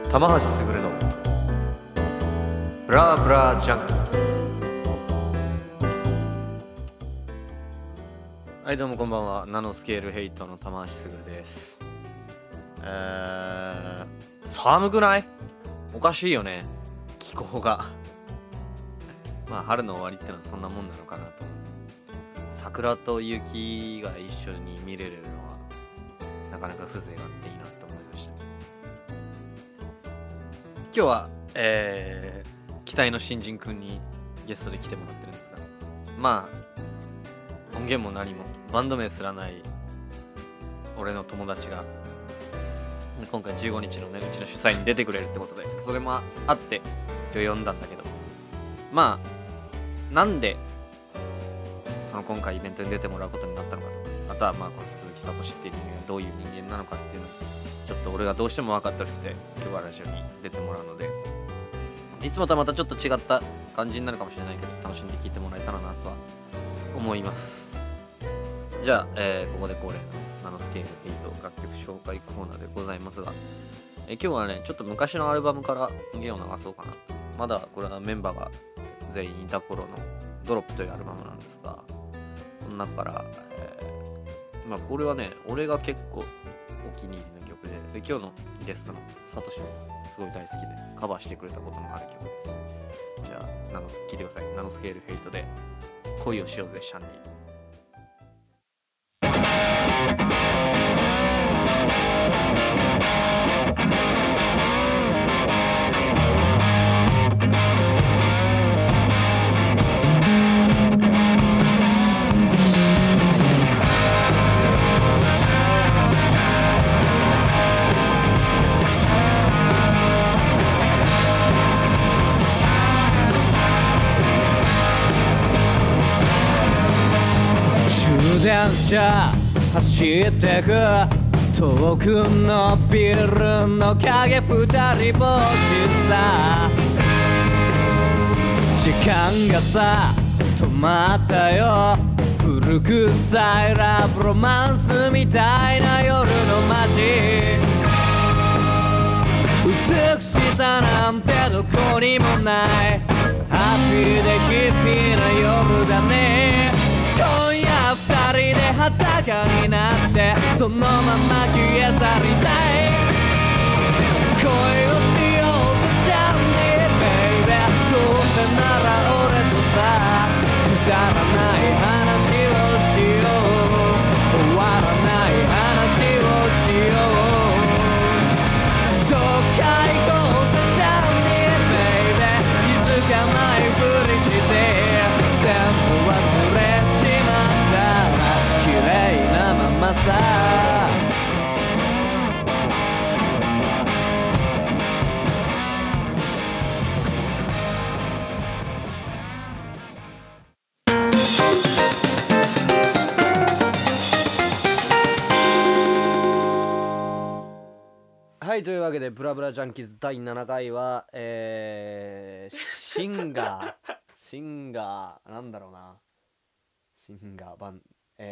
玉橋すぐるのブラブラジャンキー。はい、どうもこんばんは。ナノスケールヘイトの玉橋すぐるです。寒くない？おかしいよね、気候がまあ春の終わりってのはそんなもんなのかなと。桜と雪が一緒に見れるのはなかなか風情があっていいなと思いました。今日は、期待の新人くんにゲストで来てもらってるんですが、まあ音源も何もバンド名すらない俺の友達が今回15日のね、うちの主催に出てくれるってことで、それもあって今日呼んだんだけど、まあなんでその今回イベントに出てもらうことになったのかとか、あとはまあこの鈴木聡っていう人間がどういう人間なのかっていうのをちょっと俺がどうしても分かってほしくて、今日はラジオに出てもらうので、いつもとはまたちょっと違った感じになるかもしれないけど、楽しんで聴いてもらえたらなとは思います。じゃあ、ここで恒例のナノスケール8楽曲紹介コーナーでございますが、今日はねちょっと昔のアルバムから音源を流そうかな。まだこれはメンバーが全員いた頃のドロップというアルバムなんですが、その中から、まあこれはね俺が結構お気に入りの曲で、今日のゲストのサトシもすごい大好きでカバーしてくれたこともある曲です。じゃあ聴いてください。ナノスケールヘイトで恋をしようぜシャンニー。 電車走ってく、遠くのビルの影二人ぼっちさ、時間がさ止まったよ。古臭いラブロマンスみたいな夜の街、美しさなんてどこにもない、ハッピーでヒッピーな夜だね。今夜二人で裸になってそのまま消え去りたい。恋をしようぜシャンディベイベー、どうせなら俺とさくだらない話をしよう、終わらない話をしよう。どっか行こうぜシャンディベイベー、気づかないふりして全部忘れちまったら綺麗なままさ。はい、というわけでブラブラジャンキーズ第7回はシンガーなんだろうな、シンガー版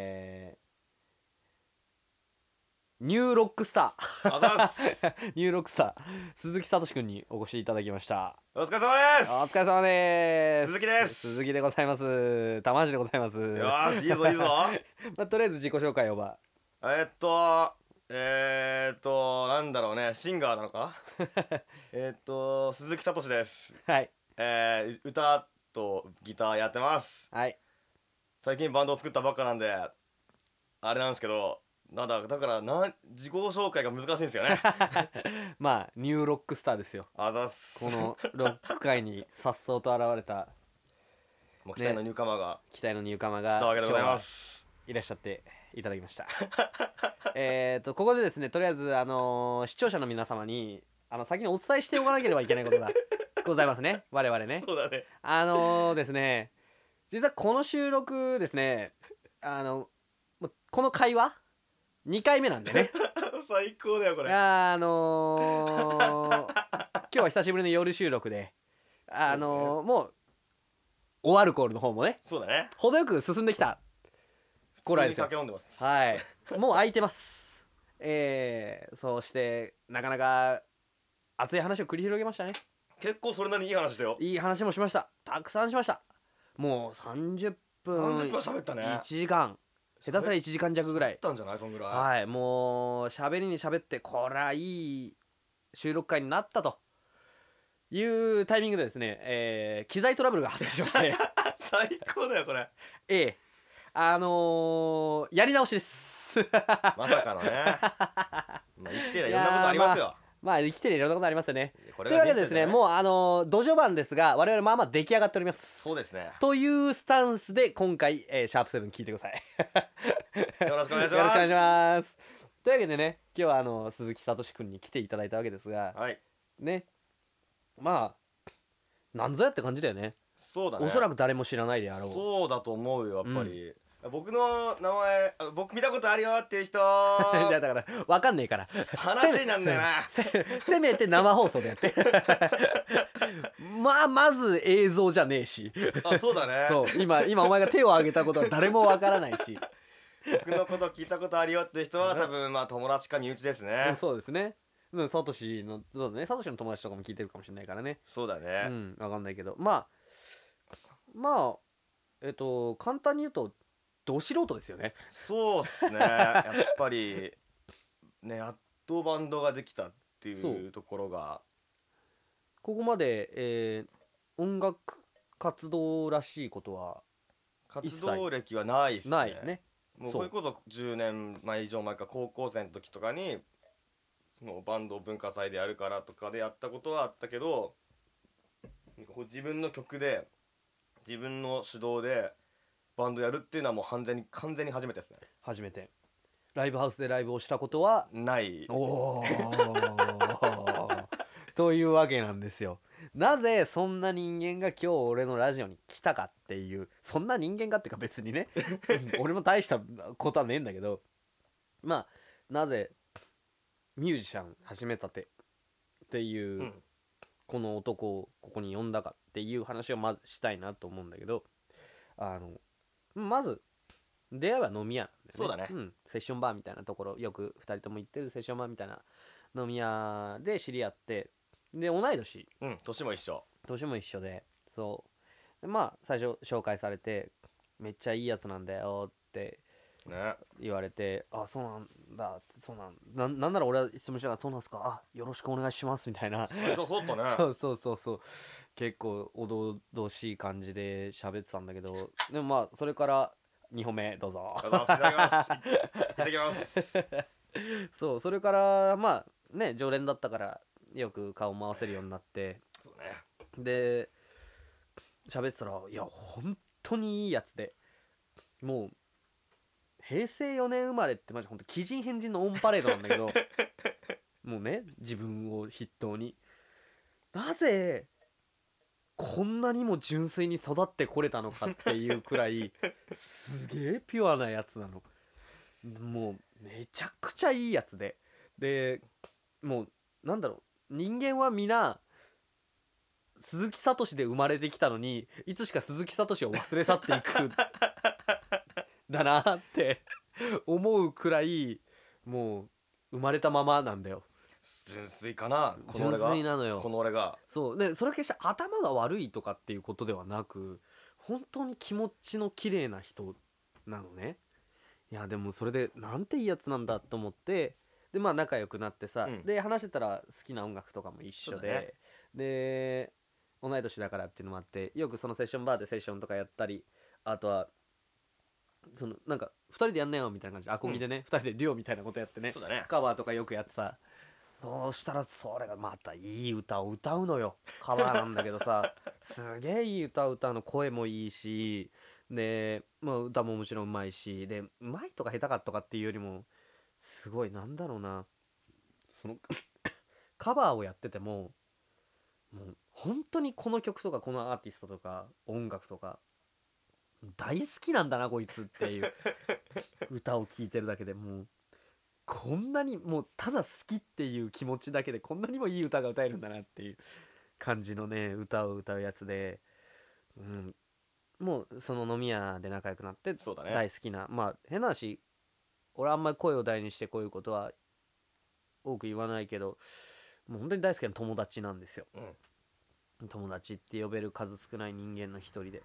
ニューロックスターニューロックスター鈴木聡くんにお越しいただきました。 お疲れ様です。 お疲れ様です。 鈴木です。 鈴木でございます。玉橋でございます。 よーし、いいぞいいぞまあ、とりあえず自己紹介をなんだろうね、シンガーなのか鈴木聡です。 はい、 歌とギターやってます。 はい、 最近バンドを作ったばっかなんであれなんですけど、だから自己紹介が難しいんですよねまあニューロックスターですよ。 あざっす。 このロック界に颯爽と現れたもう期待のニューカマーが期待のニューカマー来たがわけでございます。 いらっしゃっていただきましたここでですね、とりあえず視聴者の皆様に先にお伝えしておかなければいけないことがございますね。我々ね、 そうだね。 ですね、実はこの収録ですね、この会話2回目なんでね最高だよこれ。 今日は久しぶりの夜収録でもうおアルコールの方もね、 そうだね、 程よく進んできた頃ですよ。 酒飲んでます。 はい、もう空いてます。そうしてなかなか熱い話を繰り広げましたね。 結構それなりにいい話だよ。 いい話もしました。たくさんしました。もう30分 30分喋ったね。 1時間下手すら1時間弱ぐらいたんじゃない、そんぐらい。 はい、もう喋りに喋って、これはいい収録会になったというタイミングでですね、機材トラブルが発生しまして最高だよこれ。 やり直しですまさかのねまあ生きてりゃいろんなことありますよ。 まあ生きてりゃいろんなことありますよね。 ことれいうわけでですね、 う。 もう土序盤ですが我々まあまあ出来上がっております。 そうですね。 というスタンスで今回、シャープ7聞いてくださいよろしくお願いします。 よろしくお願いします。というわけでね、今日は鈴木聡くんに来ていただいたわけですが、 はい。 ね、まあなんぞやって感じだよね。 そうだね。 おそらく誰も知らないであろう。 そうだと思うよやっぱり。僕の名前僕見たことあるよっていう人だから分かんねえから話なんだよなせめて生放送でやってまず映像じゃねえしあ、そうだね。 そう今お前が手を挙げたことは誰も分からないし僕のこと聞いたことあるよっていう人は多分まあ友達か身内ですね。 そうですね。サトシのそうだね、サトシの友達とかも聞いてるかもしれないからね。 そうだね。 分かんないけど、まあ簡単に言うとど素人ですよね。 そうっすね。やっぱりね、やっとバンドができたっていうところがここまで、音楽活動らしいことは活動歴はないっすね。 ないね。 もうこれこそ10年前以上前か高校生の時とかにもうバンド文化祭でやるからとかでやったことはあったけど、こう自分の曲で自分の主導でバンドやるっていうのはもう完全に初めてですね。 初めてライブハウスでライブをしたことはない。 おーというわけなんですよ。なぜそんな人間が今日俺のラジオに来たかっていう、そんな人間がっていうか別にね俺も大したことはねえんだけど、まあなぜミュージシャン始めたてっていう、この男をここに呼んだかっていう話をまずしたいなと思うんだけど、まず出会いは飲み屋なんだよね。 そうだね。 セッションバーみたいなところ、よく2人とも行ってるセッションバーみたいな飲み屋で知り合って、で同い年、 年も一緒で、そうでまあ最初紹介されて、めっちゃいいやつなんだよって言われて、あ、そうなんだ、なんなら俺は質問したから、そうなんすか、あ、よろしくお願いしますみたいなそうだねそう結構おどどしい感じで喋ってたんだけど、でもまあそれから2本目どうぞ。 いただきますそう、それからまあね、常連だったからよく顔回せるようになって、 そうね。 で喋ってたら、いや本当にいいやつで、もう平成4年生まれってマジ本当奇人変人のオンパレードなんだけどもうね、自分を筆頭になぜこんなにも純粋に育ってこれたのかっていうくらいすげえピュアなやつなの。もうめちゃくちゃいいやつで、もうなんだろう、人間は皆鈴木聡で生まれてきたのに、いつしか鈴木聡を忘れ去っていくだなって思うくらい、もう生まれたままなんだよ。 純粋かな、 純粋なのよ。 この俺がそうで、それ決して頭が悪いとかっていうことではなく、本当に気持ちの綺麗な人なのね。いやでもそれでなんていいやつなんだと思って、でまあ仲良くなってさ、で話してたら好きな音楽とかも一緒で、で同い年だからっていうのもあって、よくそのセッションバーでセッションとかやったり、あとはそのなんか2人でやんなよみたいな感じでアコギでね、2人でデュオみたいなことやってね、カバーとかよくやってさ、そうしたらそれがまたいい歌を歌うのよ。カバーなんだけどさすげえいい歌を歌うの、声もいいし、で、まあ、歌ももちろんうまいし、でうまいとか下手かとかっていうよりも、すごいなんだろうな、そのカバーをやっててももう本当にこの曲とかこのアーティストとか音楽とか大好きなんだなこいつっていう歌を聴いてるだけで、もうこんなにもうただ好きっていう気持ちだけでこんなにもいい歌が歌えるんだなっていう感じのね、歌を歌うやつで、もうその飲み屋で仲良くなって大好きな、まあ変な話、俺あんまり声を大にしてこういうことは多く言わないけど、 もう本当に大好きな友達なんですよ。 うん、 友達って呼べる数少ない人間の一人で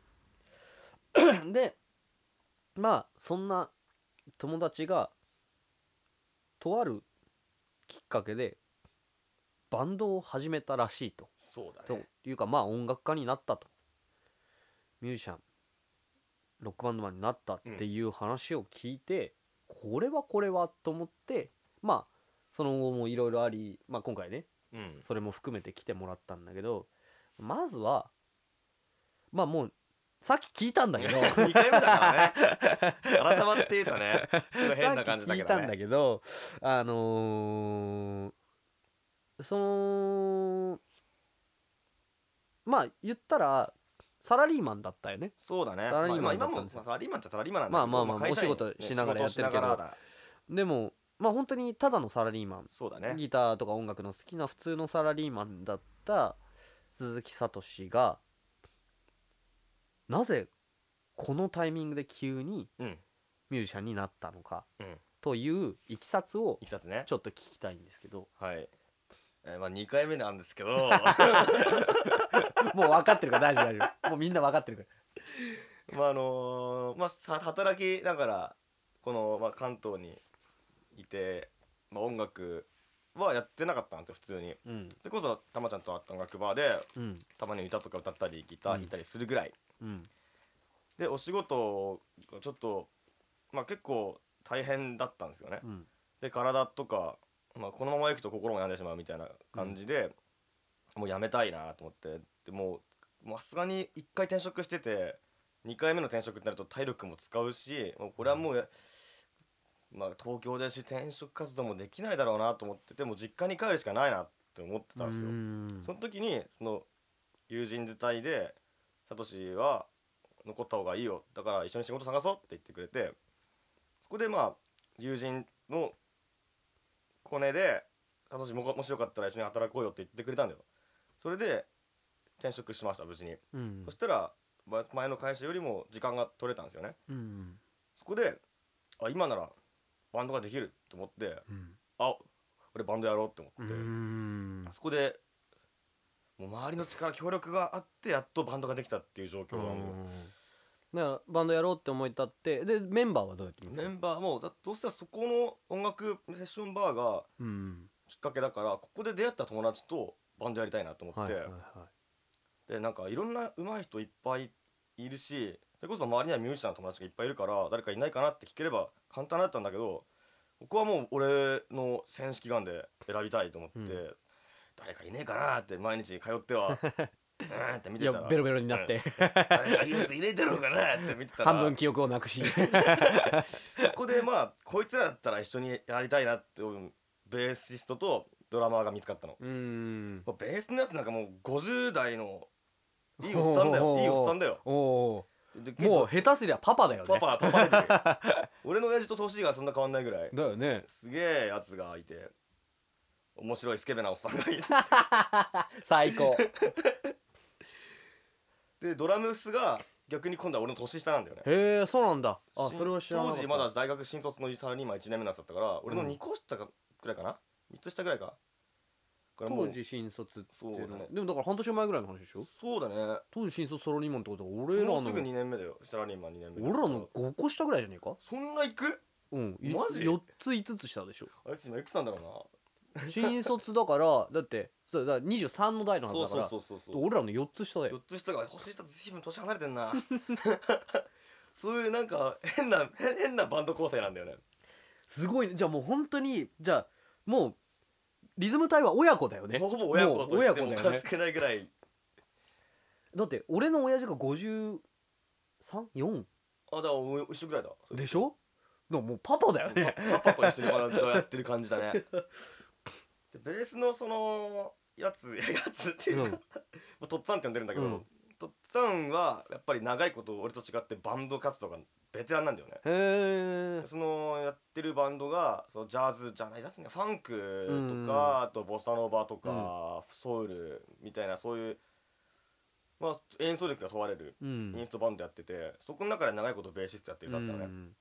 でまあそんな友達がとあるきっかけでバンドを始めたらしいと。とそうだね。 いうかまあ音楽家になったと、ミュージシャンロックバンドマンになったっていう話を聞いて、これはと思って、まあその後もいろいろあり、まあ今回ねそれも含めて来てもらったんだけど、まずはまあもうさっき聞いたんだけど 2回目だからね改まって言うとね変な感じだけどね。 さっき聞いたんだけどそのまあ言ったらサラリーマンだったよね。 そうだね。 サラリーマンだ今もったんですよ。 サラリーマンっちゃサラリーマンなんだけど、 まあお仕事しながらやってるけど、でもまあ本当にただのサラリーマン、 そうだね。 ギターとか音楽の好きな普通のサラリーマンだった鈴木聡がなぜこのタイミングで急にミュージシャンになったのかといういきさつをちょっと聞きたいんですけど。 はい、まあ2回目なんですけどもう分かってるから大丈夫もうみんな分かってるからまあ働きながらこの、まあ、関東にいて、まあ、音楽はやってなかったんですよ普通に、それこそたまちゃんと会った音楽バーで、たまに歌とか歌ったりギター弾いたりするぐらい、でお仕事がちょっとまあ結構大変だったんですよね、で体とか、まあ、このままいくと心も病んでしまうみたいな感じで、もうやめたいなと思って、でもさすがに1回転職してて2回目の転職ってなると体力も使うし、もうこれはもうまあ東京で転職活動もできないだろうなと思ってて、もう実家に帰るしかないなって思ってたんですよ。その時にその友人伝いでサトシは残った方がいいよ、だから一緒に仕事探そうって言ってくれて、そこでまあ友人のコネでサトシもしよかったら一緒に働こうよって言ってくれたんだよ。それで転職しました無事に、そしたら前の会社よりも時間が取れたんですよね、そこで今ならバンドができると思って、俺バンドやろうって思って、そこでもう周りの力協力があってやっとバンドができたっていう状況なんだよ。 だからバンドやろうって思い立って、でメンバーはどうやってるんですか？ メンバーもどうせそこの音楽セッションバーがきっかけだから、ここで出会った友達とバンドやりたいなと思って、でなんかいろんな上手い人いっぱいいるし、それこそ周りにはミュージシャンの友達がいっぱいいるから誰かいないかなって聞ければ簡単だったんだけど、ここはもう俺の選手祈願で選びたいと思って、誰かいねえかなって毎日通ってはって見てたら、 いやベロベロになって、 誰かいいやついねえだろうかなって見てたら半分記憶をなくしここでまあこいつらだったら一緒にやりたいなってベーシストとドラマーが見つかったの。ベースのやつなんかもう50代のいいおっさんだよ。いいおっさんだよ。 もう下手すりゃパパだよね。 パパ出てる俺の親父と年がそんな変わんないぐらいだよね。 すげえやつがいて、面白いスケベなおっさんがいる最高でドラムスが逆に今度は俺の年下なんだよね。 へえ、そうなんだ。あ、それは知らなかった。 当時まだ大学新卒のサラリーマン1年目のやつだったから、俺の2個下くらいかな、3つ下ぐらいか。 当時新卒っていうのはでもだから半年前ぐらいの話でしょ。 そうだね。 当時新卒サラリーマンってことは俺らのもうすぐ2年目だよ。サラリーマン2年目。 俺らの5個下ぐらいじゃねえか。 そんな行く？ マジ 4 つ5つ下でしょ。 あいつ今いくつなんだろうな新卒だからだってそうだ23の代のはずだから、 そう俺らの4つ下だよ。 4つ下が年下と随分年離れてんなそういうなんか変なバンド構成なんだよね。 すごい。じゃあもう本当にじゃあもうリズム隊は親子だよね。 ほぼ親子と言ってもおかしくないぐらい。 だって俺の親父が53、4 だから一緒ぐらいだでしょ。もうパパだよね。 パパと一緒にバンドやってる感じだねでベースのそのやつっていうか、とっつぁんって呼んでるんだけど、とっつぁんはやっぱり長いこと俺と違ってバンド活動がベテランなんだよね。 へえ。 そのやってるバンドがそのジャズじゃないですね、ファンクとか、あとボサノバとか、ソウルみたいなそういう、まあ、演奏力が問われるインストバンドやってて、そこの中で長いことベーシストやってるだったのね。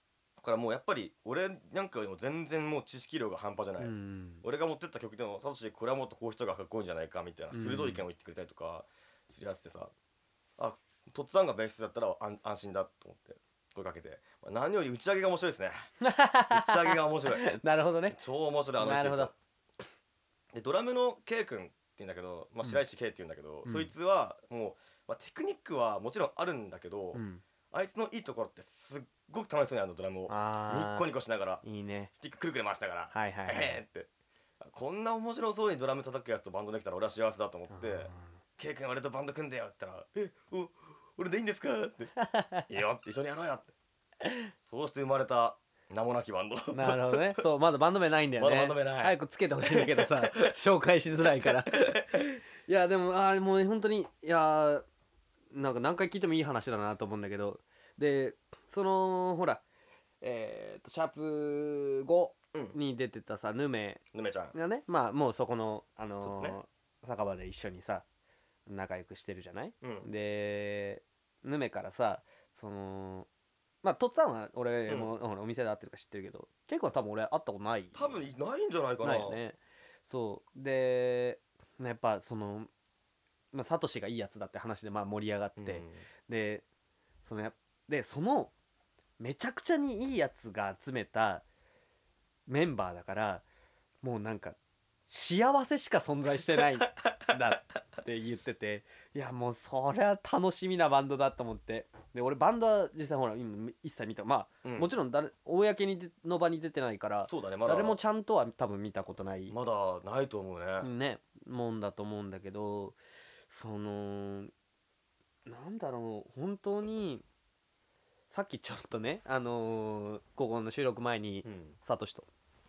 からもうやっぱり俺なんかよりも全然もう知識量が半端じゃない、俺が持ってった曲でもサトシこれはもっとこういう人がかっこいいんじゃないかみたいな鋭い意見を言ってくれたりとかするやつでさ、あとっつぁんがベースだったら安心だと思って声かけて、何より打ち上げが面白いですね打ち上げが面白いなるほどね。 超面白いあの人なるほど。 でドラムの K 君って言うんだけど、白石 K って言うんだけど、そいつはもう、テクニックはもちろんあるんだけど、あいつのいいところってすっごく楽しそうにドラムをニッコニコしながらいいね。 スティックくるくる回しながらはいはいはい、 ってこんな面白そうにドラム叩くやつとバンドできたら俺は幸せだと思って「K 君俺とバンド組んでよ」って言ったら「俺でいいんですか?」って「いいよ」って一緒にやろうよってそうして生まれた名もなきバンドなるほどね。そうまだバンド名ないんだよね。 まだバンド名ない早くつけてほしいんだけどさ紹介しづらいからいやでももう本当にいやなんか何回聞いてもいい話だなと思うんだけど、でそのほらシャープ5に出てたさ、ぬめちゃんがね、まあもうそこのそうね酒場で一緒にさ仲良くしてるじゃない、 うんでぬめからさそのまあとっつぁんは俺も、ほらお店で会ってるか知ってるけど結構多分俺会ったことない多分ないんじゃないかな。 ないよね。そうでやっぱそのサトシがいいやつだって話で盛り上がって、でそのめちゃくちゃにいいやつが集めたメンバーだからもうなんか幸せしか存在してないんだって言ってていやもうそりゃ楽しみなバンドだと思って、で俺バンドは実際ほら今一切見たもちろん公の場に出てないからそうだね、まだ誰もちゃんとは多分見たことないまだないと思うねもんだと思うんだけど、そのなんだろう本当にさっきちょっとねここの収録前にサトシと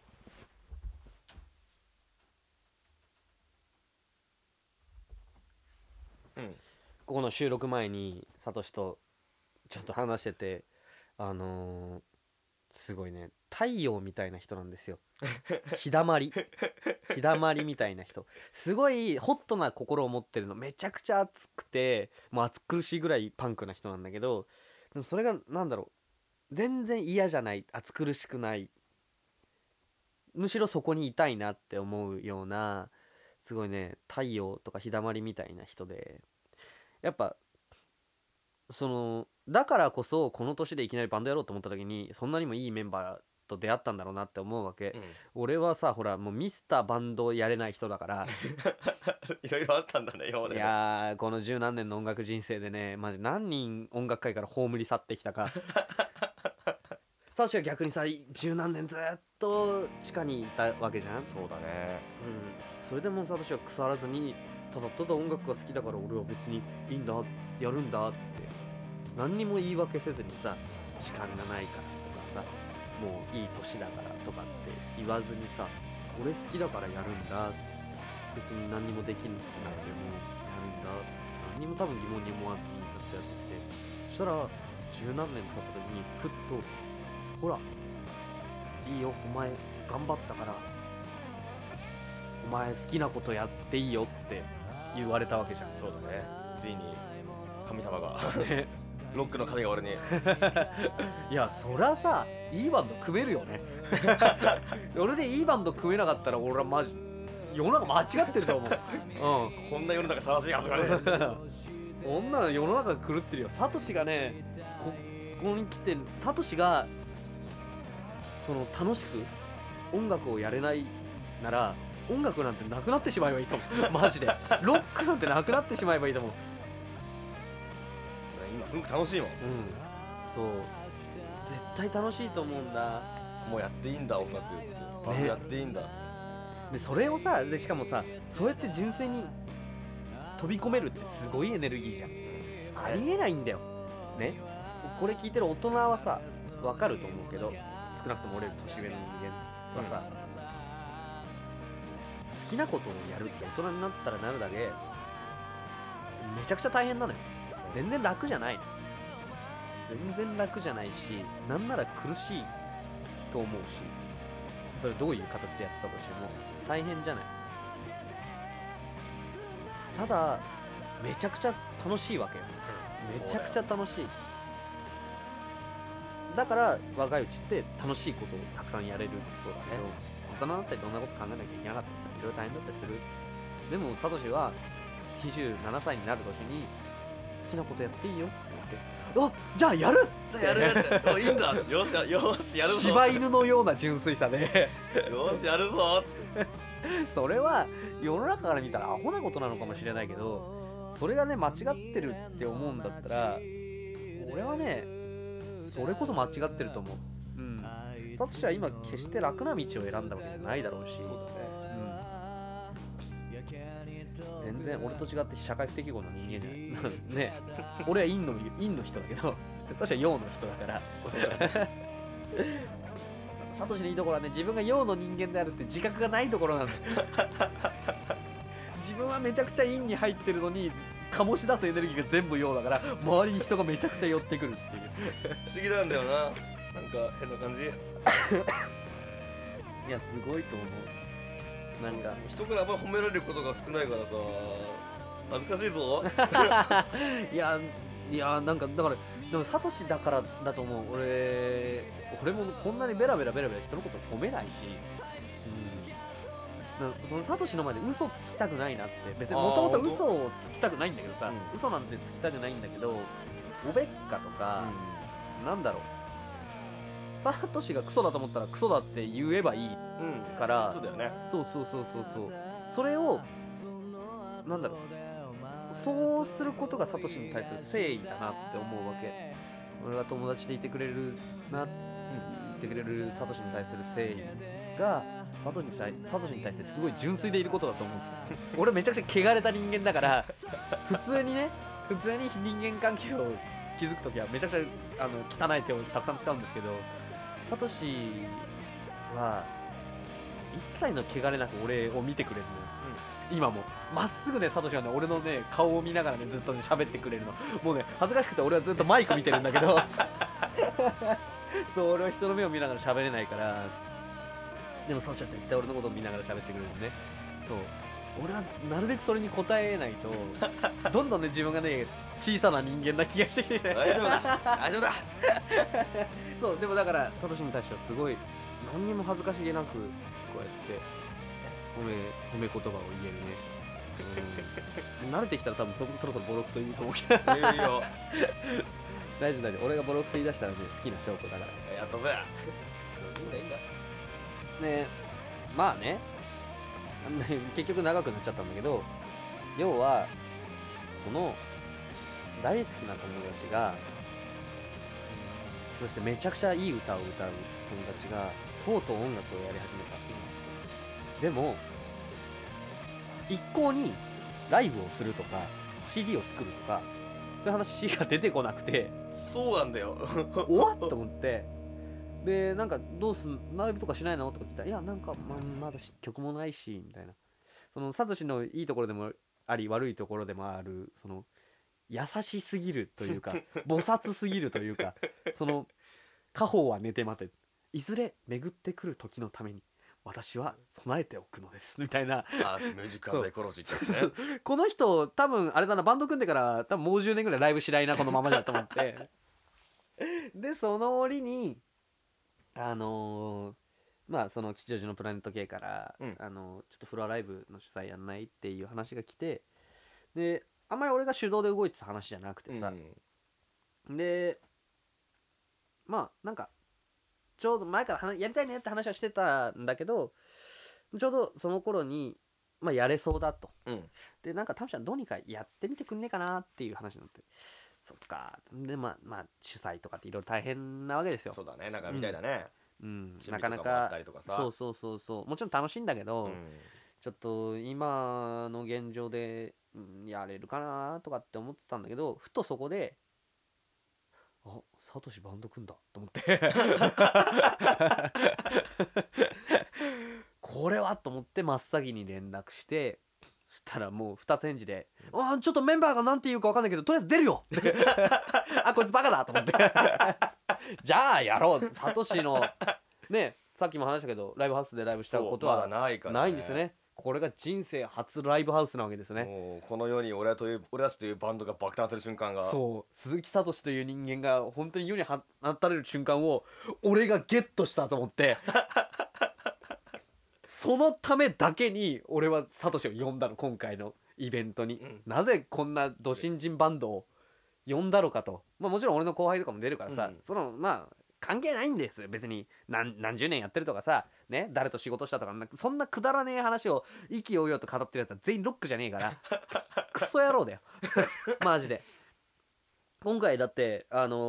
ここの収録前にサトシとちょっと話しててすごいね太陽みたいな人なんですよ日だまりみたいな人、すごいホットな心を持ってるの、めちゃくちゃ熱くてもう熱苦しいぐらいパンクな人なんだけど、でもそれがなんだろう全然嫌じゃない、熱苦しくない、むしろそこにいたいなって思うようなすごいね太陽とか日だまりみたいな人で、やっぱそのだからこそこの年でいきなりバンドやろうと思った時にそんなにもいいメンバーと出会ったんだろうなって思うわけ、俺はさほらもうミスターバンドやれない人だからいろいろあったんだね今まで。 いやこの十何年の音楽人生でねマジ何人音楽界から葬り去ってきたかサトシは逆にさ十何年ずっと地下にいたわけじゃん。 そうだね、 それでもサトシは腐らずにただただ音楽が好きだから俺は別にいいんだやるんだって何にも言い訳せずにさ時間がないからとかさもういい年だからとかって言わずにさ俺好きだからやるんだ別に何にもできなくてもやるんだ何にも多分疑問に思わずにずっとやってて、そしたら十何年経った時にふっとほらいいよお前頑張ったからお前好きなことやっていいよって言われたわけじゃん。 そうだね、ついに神様がロックの神が俺にいやそりゃさいいバンド組めるよね俺でいいバンド組めなかったら俺はマジ世の中間違ってると思うこんな世の中正しいはずがねこんなの世の中が狂ってるよ。サトシがねここに来てサトシがその楽しく音楽をやれないなら音楽なんてなくなってしまえばいいと思うマジでロックなんてなくなってしまえばいいと思う。 今すごく楽しいもん、 そう絶対楽しいと思うんだ。 もうやっていいんだ音楽バンドやっていいんだ、 でそれをさでしかもさそうやって純粋に飛び込めるってすごいエネルギーじゃん、ありえないんだよね。これ聞いてる大人はさ分かると思うけど少なくとも俺より年上の人間はさ、好きなことをやるって大人になったらなるだけめちゃくちゃ大変なのよ。全然楽じゃないの。全然楽じゃないしなんなら苦しいと思うし、それどういう形でやってたとしても大変じゃない。ただめちゃくちゃ楽しいわけよ、めちゃくちゃ楽しいだから若いうちって楽しいことをたくさんやれる。 そうだね。 大人になったりいろんなこと考えなきゃいけなかったりさ、いろいろ大変だったりする。でもサトシは27歳になる年に好きなことやっていいよって言って、あ、じゃあやるじゃあやるっておいいんだよしやるぞ柴犬のような純粋さでよしやるぞそれは世の中から見たらアホなことなのかもしれないけど、それがね間違ってるって思うんだったら、俺はねそれこそ間違ってると思う。サトシは今決して楽な道を選んだわけじゃないだろうし、 そうだね、 全然俺と違って社会不適合な人間じゃないね。俺は陰の人だけど、私は陽の人だからサトシのいいところはね、自分が陽の人間であるって自覚がないところなんだよ自分はめちゃくちゃ陰に入ってるのに醸し出すエネルギーが全部陽だから、周りに人がめちゃくちゃ寄ってくるっていう不思議なんだよな、なんか変な感じ。 いやすごいと思う。なんか人からあんまり褒められることが少ないからさ、恥ずかしいぞいやなんかだから、でもサトシだからだと思う。俺もこんなにベラベラ人のこと褒めないし、そのサトシの前で嘘つきたくないなって。別にもともと嘘をつきたくないんだけどさ、嘘なんてつきたくないんだけど、おべっかとか、なんだろう、サトシがクソだと思ったらクソだって言えばいいから、 そうだよね。 そうそれをなんだろう、そうすることがサトシに対する誠意だなって思うわけ。俺が友達でいてくれるな、言ってくれるサトシに対する誠意がサトシに対してすごい純粋でいることだと思う俺めちゃくちゃ汚れた人間だから普通に人間関係を築くときはめちゃくちゃ汚い手をたくさん使うんですけど、サトシは一切の汚れなく俺を見てくれるのよ、今もまっすぐね、サトシはね俺のね顔を見ながらねずっとね喋ってくれるの。もうね恥ずかしくて俺はずっとマイク見てるんだけどそう俺は人の目を見ながら喋れないから、でもサトシは絶対俺のことを見ながら喋ってくれるのね。そう俺はなるべくそれに応えないとどんどんね自分がね小さな人間な気がしてきて大丈夫だそうでもだからサトシに対してはすごい何にも恥ずかしげなくこうやって褒め言葉を言えるね、慣れてきたら多分そろそろボロクソ言うと思うけどいいよ大丈夫俺がボロクソ言い出したらね好きな証拠だからやったぜね。まあね結局長くなっちゃったんだけど、要はその大好きな友達が、そしてめちゃくちゃいい歌を歌う友達がとうとう音楽をやり始めた。でも一向にライブをするとか CD を作るとかそういう話が出てこなくて、 そうなんだよおわっと思って、でなんかどうすんライブとかしないのとか聞いたら、いやなんかまだ曲もないしみたいな。そのサトシのいいところでもあり悪いところでもある、その優しすぎるというか菩薩すぎるというか、その家宝は寝て待て、いずれ巡ってくる時のために私は備えておくのですみたいな。 ミュージカルエコロジーですねこの人多分あれだな、バンド組んでから多分もう10年ぐらいライブしないなこのままだと思ってでその折にまあその吉祥寺のプラネット系から、ちょっとフロアライブの主催やんないっていう話が来て、であんまり俺が主導で動いてた話じゃなくてさ、でまあなんかちょうど前からやりたいねって話はしてたんだけど、ちょうどその頃にまあやれそうだと、でなんかタムちゃんどうにかやってみてくんねえかなっていう話になって、そっかでまあ主催とかっていろいろ大変なわけですよ。 そうだね、なんかみたいだね、 なかなかそうもちろん楽しいんだけど、ちょっと今の現状で、やれるかなとかって思ってたんだけど、ふとそこでサトシバンド組んだと思ってこれはと思って真っ先に連絡して、そしたらもう二つ返事で「ちょっとメンバーがなんて言うか分かんないけどとりあえず出るよ」あこいつバカだと思ってじゃあやろう。サトシのねさっきも話したけどライブハウスでライブしたことはないんですよね。 これが人生初ライブハウスなわけですね。 もうこの世に俺たちというバンドが爆誕する瞬間が。 そう鈴木聡という人間が本当に世に放たれる瞬間を俺がゲットしたと思ってそのためだけに俺は聡を呼んだの今回のイベントに、なぜこんなド新人バンドを呼んだのかと。まあもちろん俺の後輩とかも出るからさ、そのまあ関係ないんですよ別に。何十年やってるとかさね、誰と仕事したとかそんなくだらねえ話を意気揚々と語ってるやつは全員ロックじゃねえからクソ野郎だよマジで。今回だって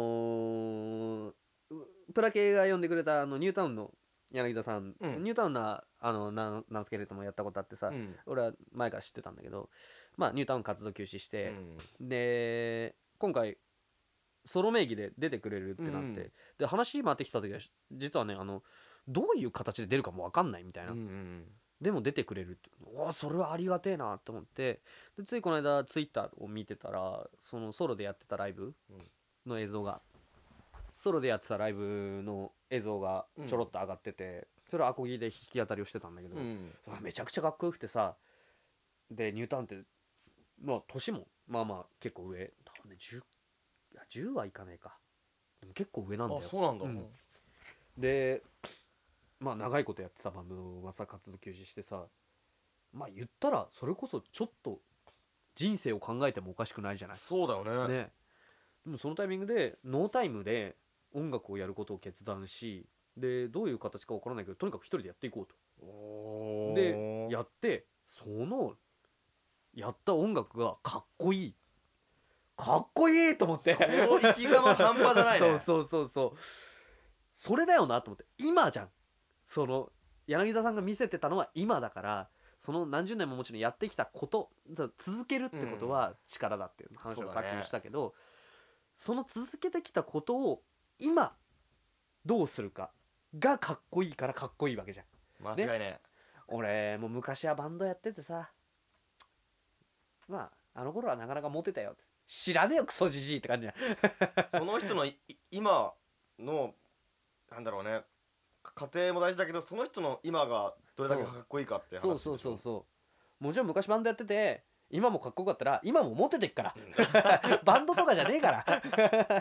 プラ系が呼んでくれたニュータウンの柳田さん、ニュータウンななんですけれどもやったことあってさ、俺は前から知ってたんだけど、まあニュータウン活動休止して、で今回ソロ名義で出てくれるってなって、で話回ってきた時は実はねどういう形で出るかも分かんないみたいな、でも出てくれるって、それはありがてえなと思って、でついこの間ツイッターを見てたらそのソロでやってたライブの映像が、ソロでやってたライブの映像がちょろっと上がってて、それはアコギで弾き語りをしてたんだけど、めちゃくちゃかっこよくてさ、でニュータウンってまあ年もまあまあ結構上多分ね10はいかないか、でも結構上なんだよ。 あ、そうなんだ、 でまあ長いことやってたバンドがさ活動休止してさ、まあ言ったらそれこそちょっと人生を考えてもおかしくないじゃない。 そうだよね。 ね、でもそのタイミングでノータイムで音楽をやることを決断し、でどういう形か分からないけどとにかく一人でやっていこうと。でやってそのやった音楽がかっこいいと思って、 この生き様半端じゃないねそうそれだよなと思って。今じゃん、その柳田さんが見せてたのは今だから、その何十年ももちろんやってきたこと続けるってことは力だっていう話をさっきもしたけど、その続けてきたことを今どうするかがかっこいいからかっこいいわけじゃん。 間違いね。 俺もう昔はバンドやっててさ、まああの頃はなかなかモテたよって、知らねえよクソじじいって感じじゃんその人の今のなんだろうね、家庭も大事だけどその人の今がどれだけかっこいいかって話でしょ。 そうもちろん昔バンドやってて今もかっこよかったら今もモテてっからバンドとかじゃねえから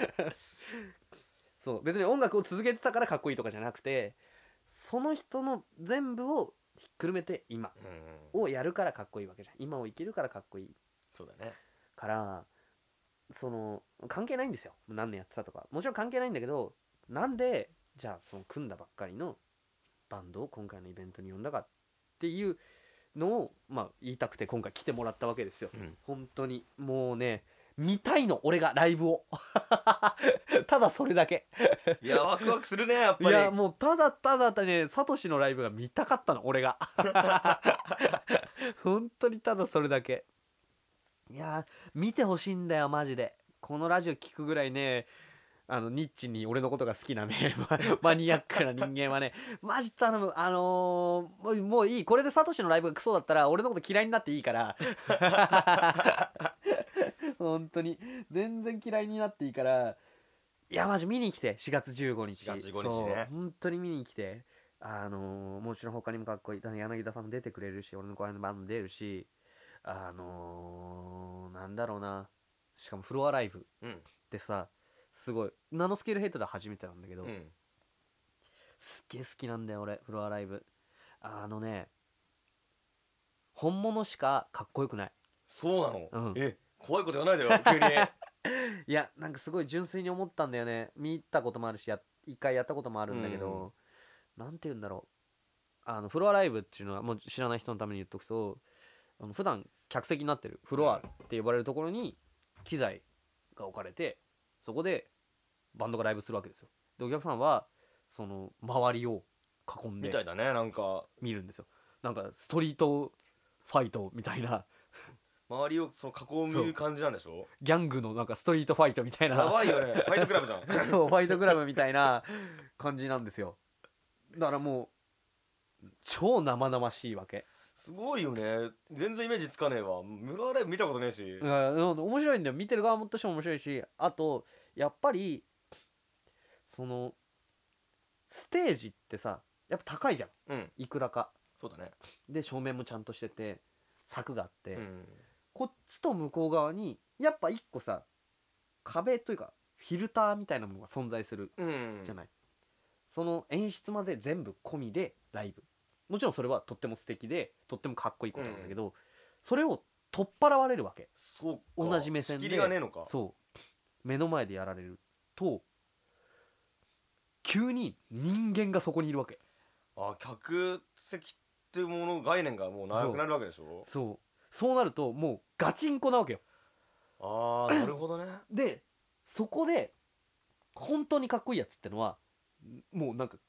そう別に音楽を続けてたからかっこいいとかじゃなくて、その人の全部をひっくるめて今をやるからかっこいいわけじゃん。今を生きるからかっこいい。 そうだね。 からその関係ないんですよ何年やってたとか、もちろん関係ないんだけど、なんでじゃあその組んだばっかりのバンドを今回のイベントに呼んだかっていうのをまあ言いたくて今回来てもらったわけですよ、本当にもうね見たいの俺がライブをただそれだけいやワクワクするねやっぱり。 いやもうただねサトシのライブが見たかったの俺が本当にただそれだけ。いや見てほしいんだよマジで。このラジオ聞くぐらいねニッチに俺のことが好きなねマニアックな人間はねマジ頼む。もういい、これでサトシのライブがクソだったら俺のこと嫌いになっていいから本当に全然嫌いになっていいから、いやマジ見に来て4月15日 4月15日ね、 本当に見に来て、もちろん他にもかっこいい柳田さんも出てくれるし、俺の後輩のバンドも出るし、なんだろうな、しかもフロアライブってさ、すごいナノスケールヘッドで初めてなんだけど、すっげえ好きなんだよ俺フロアライブ。本物しかかっこよくない。 そうなの、怖いこと言わないでよ急にいやなんかすごい純粋に思ったんだよね。見たこともあるし一回やったこともあるんだけど、なんて言うんだろう、フロアライブっていうのはもう知らない人のために言っとくと、普段客席になってるフロアって呼ばれるところに機材が置かれて、そこでバンドがライブするわけですよ。でお客さんはその周りを囲んでみたいだね、なんか見るんですよ。なんかストリートファイトみたいな周りをその囲む感じなんでしょ。 ギャングのなんかストリートファイトみたいなやばいよねファイトクラブじゃんそうファイトクラブみたいな感じなんですよ。だからもう超生々しいわけ。 すごいよね。全然イメージつかねえわ。フロアライブ見たことねえし。 面白いんだよ。見てる側としても面白いし、あとやっぱりそのステージってさやっぱ高いじゃん、いくらか。 そうだね。 で照明もちゃんとしてて柵があって、 うんこっちと向こう側にやっぱ一個さ壁というかフィルターみたいなものが存在するうんじゃない、その演出まで全部込みでライブ、もちろんそれはとっても素敵でとってもかっこいいことなんだけど、それを取っ払われるわけ。 そうか、 同じ目線で仕切りがねえのか。 そう目の前でやられると急に人間がそこにいるわけ。 あ、客席っていうもの概念がもうなくなるわけでしょ。 そうなるともうガチンコなわけよ。 ああ、なるほどね。 でそこで本当にかっこいいやつってのはもうなんか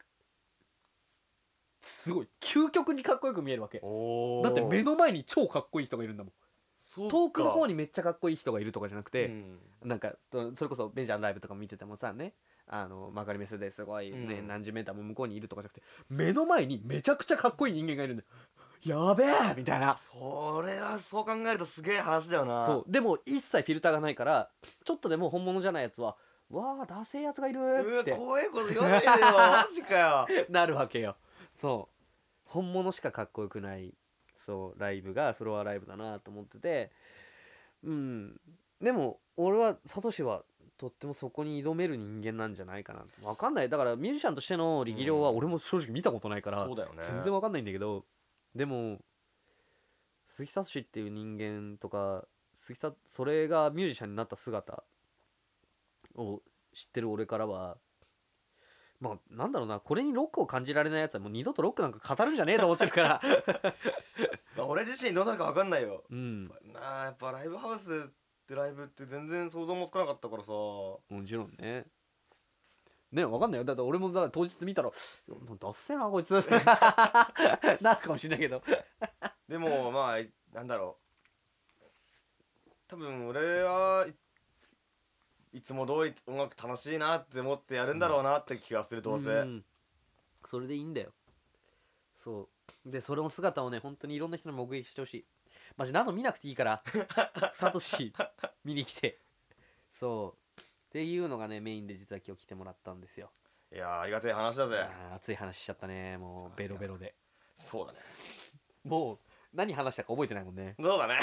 すごい究極にかっこよく見えるわけ。 おだって目の前に超かっこいい人がいるんだもん。 そうか遠くの方にめっちゃかっこいい人がいるとかじゃなくて、 うんなんかそれこそベンジャーのライブとか見ててもさね、曲がりメスですごいね、 うん何十メーターも向こうにいるとかじゃなくて目の前にめちゃくちゃかっこいい人間がいるんだよ。やべえみたいな。 それはそう考えるとすげえ話だよな。 そうでも一切フィルターがないからちょっとでも本物じゃないやつはわあダセえやつがいるって怖いこと言わないでよマジかよ。 なるわけよ。そう本物しかかっこよくないそうライブがフロアライブだなと思ってて、でも俺はサトシはとってもそこに挑める人間なんじゃないかなと。分かんない、だからミュージシャンとしての力量は俺も正直見たことないから、 そうだよね。 全然分かんないんだけど、でも鈴木サトシっていう人間とかそれがミュージシャンになった姿を知ってる俺からはまあなんだろうな、これにロックを感じられないやつはもう二度とロックなんか語るんじゃねえと思ってるから俺自身どうなるか分かんないよ。 なあやっぱライブハウスってライブって全然想像もつかなかったからさ。 もちろんね分かんないよ。だって俺もだから当日見たらダッセーなこいつなるかもしれないけどでもまあなんだろう、多分俺はいつも通り音楽楽しいなって思ってやるんだろうなって気がする。どうせそれでいいんだよ。そうでそれの姿をね本当にいろんな人に目撃してほしい。マジ何度見なくていいからサトシ見に来てそうっていうのがねメインで実は今日来てもらったんですよ。 いやありがたい話だぜ。 熱い話しちゃったね。もうベロベロで。 そうだね。 もう何話したか覚えてないもんね。 そうだね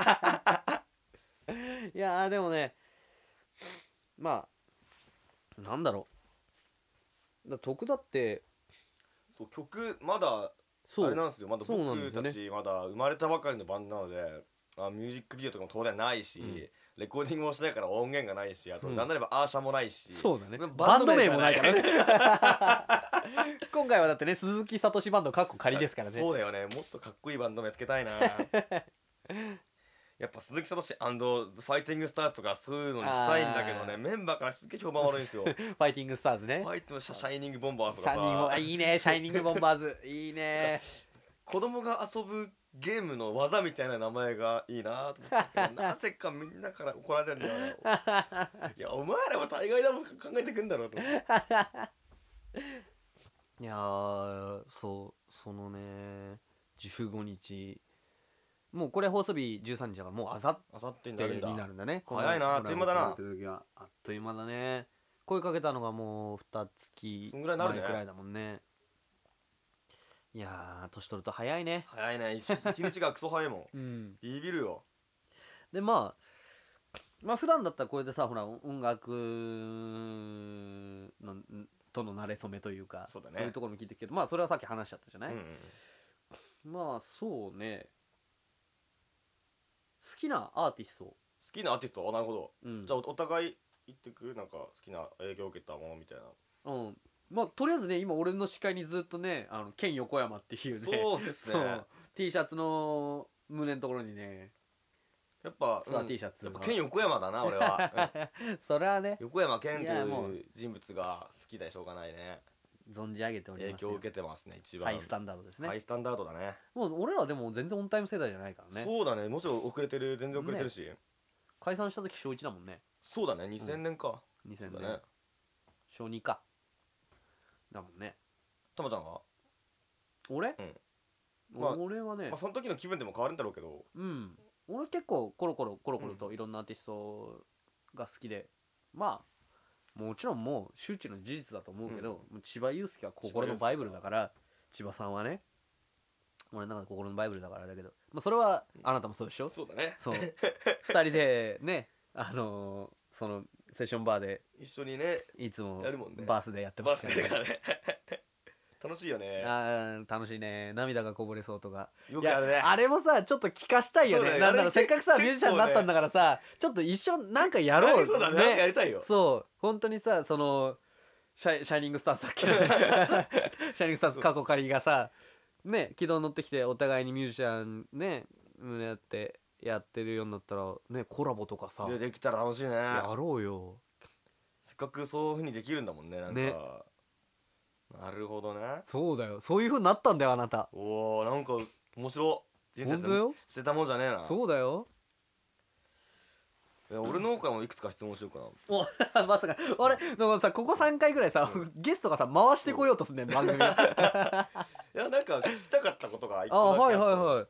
いやでもねまあなんだろう得だってそう曲まだそうあれなんですよ。まだそうなんですよね僕たちまだ生まれたばかりのバンドなのでミュージックビデオとかも当然ないし、レコーディングもしないから音源がないし、あとなんなればアーシャもないし、 そうだねバンド名もないからね今回はだってね鈴木聡バンドかっこ仮ですからね。 そうだよね。もっとかっこいいバンド名つけたいなやっぱ鈴木聡ファイティングスターズとかそういうのにしたいんだけどね、メンバーからすっげえ評判悪いんですよファイティングスターズね。 ファイトのシャイニングボンバーズとシャイニングかさ、 いいねシャイニングボンバーズいいね子供が遊ぶゲームの技みたいな名前がいいなと思ってなぜかみんなから怒られるんだよねいやお前らは大概だもん考えてくんだろうと思っていやそのね15日もうこれ放送日13日だからもうあさあさってにってなるんだ。 になるんだね。 早いなあっという間だな。 あっという間だね。声かけたのがもう2月そんぐらいになるね前くらいだもんね。いや年取ると早いね。 早いね。一日がクソ早いもんビビるよ。 でまあ普段だったらこれでさほら音楽のとの馴れ初めというかそうだね。 そういうところも聞いてるけどまあそれはさっき話しちゃったじゃない、まあそうね好きなアーティスト、 好きなアーティスト、なるほど。 じじゃあお互い言ってく、なんか好きな影響を受けたものみたいな。 まあとりあえずね今俺の視界にずっとね県横山っていうねそうっすね T シャツの胸のところにねやっぱツアー T シャツやっぱ県横山だな俺は、 それはね横山健といやもいう人物が好きでしょうがないね。 存じ上げておりますよ。 影響を受けてますね一番。 ハイスタンダードですね。 ハイスタンダードだね。 もう俺らでも全然オンタイム世代じゃないからね。 そうだね。もちろん遅れてる、全然遅れてるし、 解散した時小1だもんね。 そうだね。2000年か、 2000年、 だね。 小2かだもんね。 たまちゃんは俺、 まあ俺はね、 その時の気分でも変わるんだろうけど、 俺結構コロコロといろんなアーティストが好きで、まあもちろんもう周知の事実だと思うけど、千葉雄介は心のバイブルだから、千葉さんはね俺の中で心のバイブルだからだけど、まあ、それはあなたもそうでしょ。 そうだね。 そう2人でねそのセッションバーで一緒にねいつもやるもんね。 バースでやってバースますけど、 デーからね楽しいよね。 楽しいね。涙がこぼれそうとかよくやるね。 あれもさちょっと聞かしたいよね。 そうだねなんだろう、 あれせっかくさミュージシャンになったんだからさ、ちょっと一緒なんかやろう。 そうだね。なんかやりたいよ。 そう本当にさシャイニングスターズだっけシャイニングスターズ過去仮がさね軌道乗ってきてお互いにミュージシャンね胸やってやってるようになったらねコラボとかさできたら楽しいね。 やろうよ。 せっかくそういう風にできるんだもんね。なんかねなるほどね。 そうだよ、そういう風になったんだよあなた。 おーなんか面白い。人生本当よ、 捨てたもんじゃねえな。 そうだよ。 俺の方からもいくつか質問しようかな。 おまさか俺でもさここ3回ぐらいさゲストがさ回してこようとすんねん番組いやなんか聞きたかったことが一あはいはいい。 はい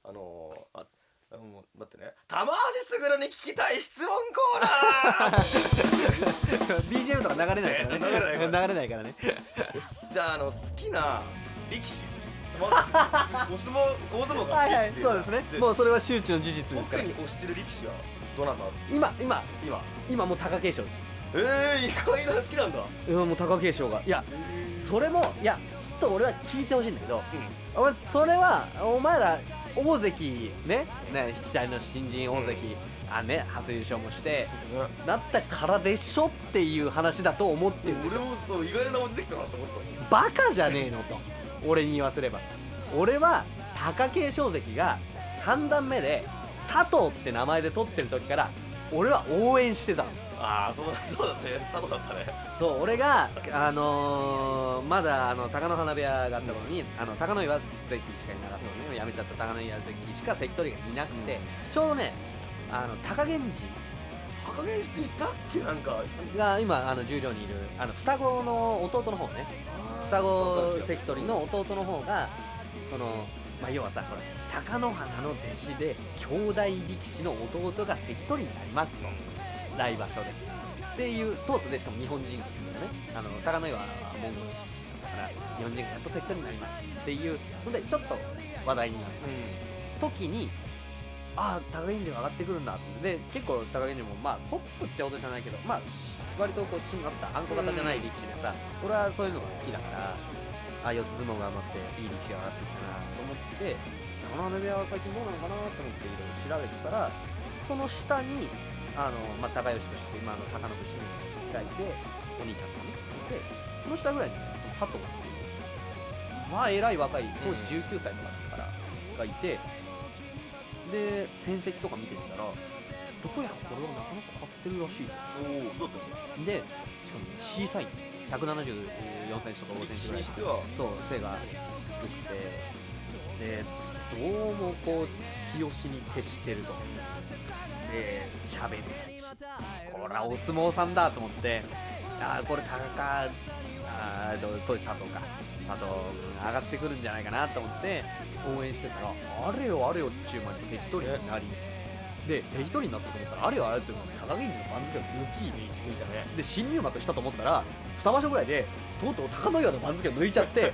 もう待ってね。玉橋すぐるに聞きたい質問コーナー BGM とか流れないからね流れないから流れないからね。 じゃあ好きな力士お相撲がはいはい好きっていうそうですね。もうそれは周知の事実ですから。 特に推してる力士はどなた？ 今もう貴景勝。 意外な好きなんだ。 もう貴景勝がいやそれもいやちょっと俺は聞いてほしいんだけど、お前それはお前ら大関ね期待の新人大関、初優勝もしてなったからでしょっていう話だと思ってるでしょ。 俺も意外な名前出てきたなと思ったバカじゃねえのと俺に言わせれば。俺は貴景勝関が3段目で佐藤って名前で取ってる時から俺は応援してたの。 ああそうだね。佐藤だったね。 そう俺がまだ貴乃花部屋があった頃に貴乃岩関しかいなかったのに辞めちゃった貴乃岩関しか関取がいなくて、ちょうどね貴源氏赤源氏っていたっけなんか。 が今十両にいる双子の弟の方ね、双子関取の弟の方が要はさこれ貴乃花の弟子で兄弟力士の弟が関取になりますと来場所でっていうとうとうでしかも日本人がね貴乃岩はモンゴルだから日本人がやっと関取になりますっていうのでちょっと話題になった時に貴源氏が上がってくるんだってで結構貴源氏もソップってことじゃないけど割とこう芯があったあんこ型じゃない力士でさ、俺はそういうのが好きだから四つ相撲が上手くていい力士が上がってきたなと思って貴乃花部屋は最近どうなのかなと思っていろいろ調べてたらその下に高吉として今高野節がいてお兄ちゃんとねでその下ぐらいにその佐藤っていう偉い若い当時19歳とかだったからがいてで戦績とか見てみたらどうやらこれはなかなか買ってるらしい。 おおそうだったね。 でしかも小さいんですよ。174センチとか5センチぐらい。 力士にしてはそう背が低くてでどうもこう突き押しに徹してるとで喋るしこれはお相撲さんだと思ってこれ当時佐藤か佐藤君上がってくるんじゃないかなと思って応援してたらあれよあれよっていう間に関取になりで関取になったと思ったらあれよあれっていう間に貴源氏の番付を抜いたね。で新入幕したと思ったら2場所ぐらいでとうとう貴乃岩の番付を抜いちゃって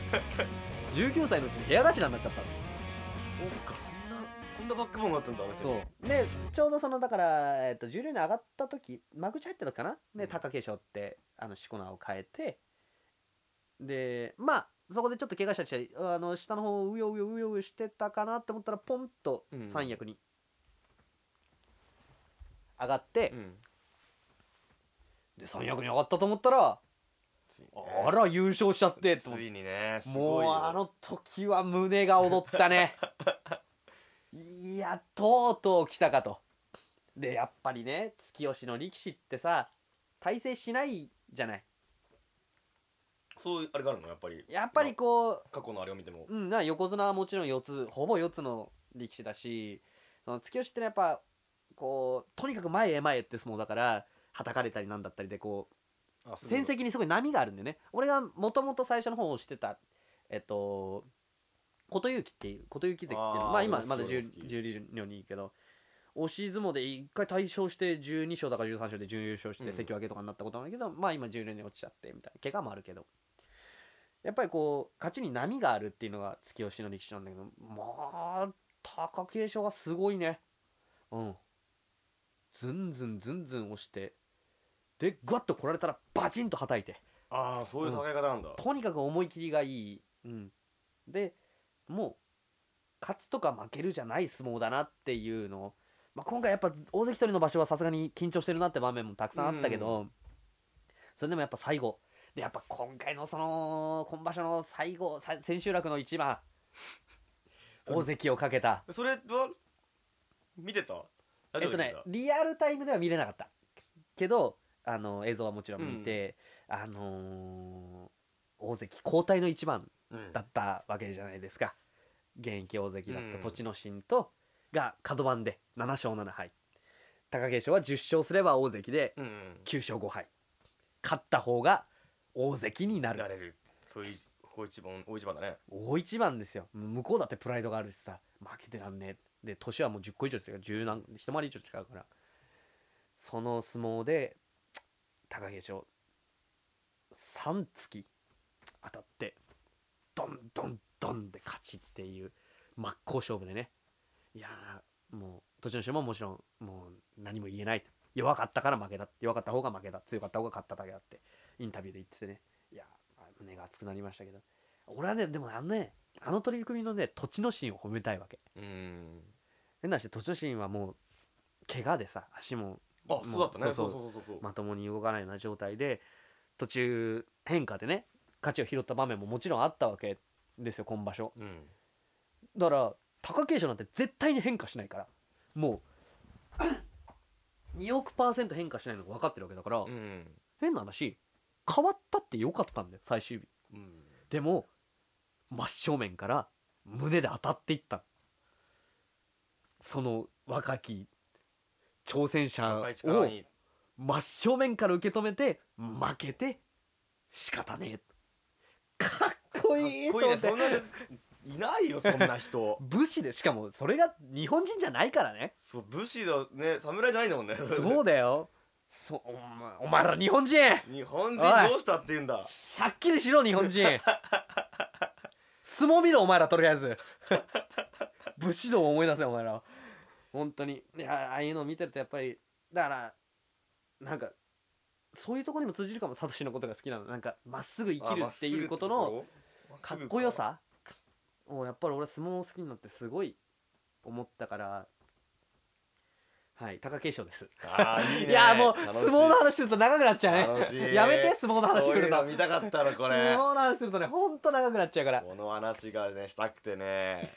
19歳のうちに部屋頭になっちゃったの。 そうかそんなバックボーンがあったんだ。 そうでちょうどだから十両に上がった時幕内入った時かなで貴景勝ってしこ名を変えてでそこでちょっと怪我したり下の方うようよしてたかなって思ったらポンと三役に上がって、で三役に上がったと思ったらあら優勝しちゃってついにねすごいよ。 もう時は胸が躍ったねいやとうとう来たかと。でやっぱりね突き押しの力士ってさ大成しないじゃない。 そういうあれがあるのやっぱりこう過去のあれを見ても横綱はもちろんほぼ四つの力士だしその突き押しってのはやっぱこうとにかく前へ前へって相撲だからはたかれたりなんだったりでこう戦績にすごい波があるんでね。俺がもともと最初の方をしてた琴勇輝っていう琴勇輝関っていうの今まだ十両にいいけど押し相撲で1回大勝して12勝だか13勝で準優勝して関脇とかになったことなんだけど今10年に落ちちゃってみたいな怪我もあるけどやっぱりこう勝ちに波があるっていうのが突き押しの力士なんだけど、まあ貴景勝はすごいね。ずんずん押してでグワッと来られたらバチンと叩いて、 ああそういう戦い方なんだ、 とにかく思い切りがいい、でもう勝つとか負けるじゃない相撲だなっていうのを、今回やっぱ大関取りの場所はさすがに緊張してるなって場面もたくさんあったけど、それでもやっぱ最後でやっぱ今回のその今場所の最後千秋楽の一番大関をかけた、 それは見てた？ リアルタイムでは見れなかったけど映像はもちろん見て、大関交代の一番だったわけじゃないですか。現役大関だった栃ノ心とが角番で7勝7敗、貴景勝は10勝すれば大関で9勝5敗、勝った方が大関になる。 そういう大一番だね。 大一番ですよ。向こうだってプライドがあるしさ、負けてらんねえで、年はもう10個以上ですよ、一回り以上違うから、その相撲で貴景勝3突き当たってドンドンドンで勝ちっていう真っ向勝負でね。いやもう栃ノ心ももちろんもう何も言えない、弱かったから負けた、弱かった方が負けた、強かった方が勝っただけだってインタビューで言っててね、いや胸が熱くなりましたけど、俺はねでもあの取り組みのね栃ノ心を褒めたいわけ。変な話、栃ノ心はもう怪我でさ、足もそうだったね、 そうまともに動かないような状態で、途中変化でね勝ちを拾った場面ももちろんあったわけですよ今場所、だから貴景勝なんて絶対に変化しないから、もう2億%変化しないのが分かってるわけだから、変な話変わったってよかったんだよ最終日、でも真正面から胸で当たっていった、その若き挑戦者を真正面から受け止めて負けて仕方ねえ、かっこいいと思って。 そんないないよそんな人武士で、しかもそれが日本人じゃないからね。 そう武士だね、侍じゃないんだもんねそうだよ。お前ら日本人どうしたって言うんだ。 はっきりしろ日本人相撲見ろお前ら、とりあえず武士道を思い出せお前ら本当に。いや、ああいうのを見てるとやっぱりだからなんかそういうところにも通じるかも、サトシのことが好きなの。なんかまっすぐ生きるっていうことのかっこよさをやっぱり俺相撲を好きになってすごい思ったから、はい、貴景勝です。 いいね。 いやもう相撲の話すると長くなっちゃうね。やめて相撲の話すると。 見たかったのこれ。 相撲の話するとねほんと長くなっちゃうから。 この話がねしたくてね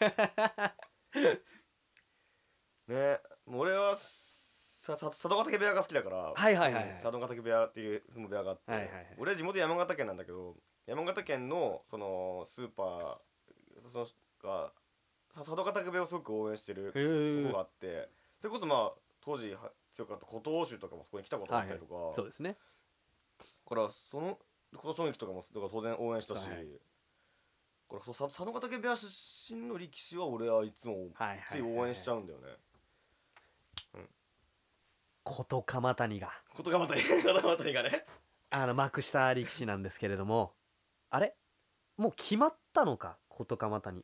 ね、俺は佐渡ヶ嶽部屋が好きだから、佐渡ヶ嶽部屋っていう相撲部屋があって、俺地元山形県なんだけど、山形県のそのスーパーが佐渡ヶ嶽部屋をすごく応援してるとこがあって、それこそ当時強かった琴欧州とかもそこに来たことあったりとか、 そうですね。 からその琴奨菊とかも当然応援したし、これ佐渡ヶ嶽部屋出身の力士は俺はいつもつい応援しちゃうんだよね。 琴鎌谷がね幕下力士なんですけれども、あれもう決まったのか琴鎌谷。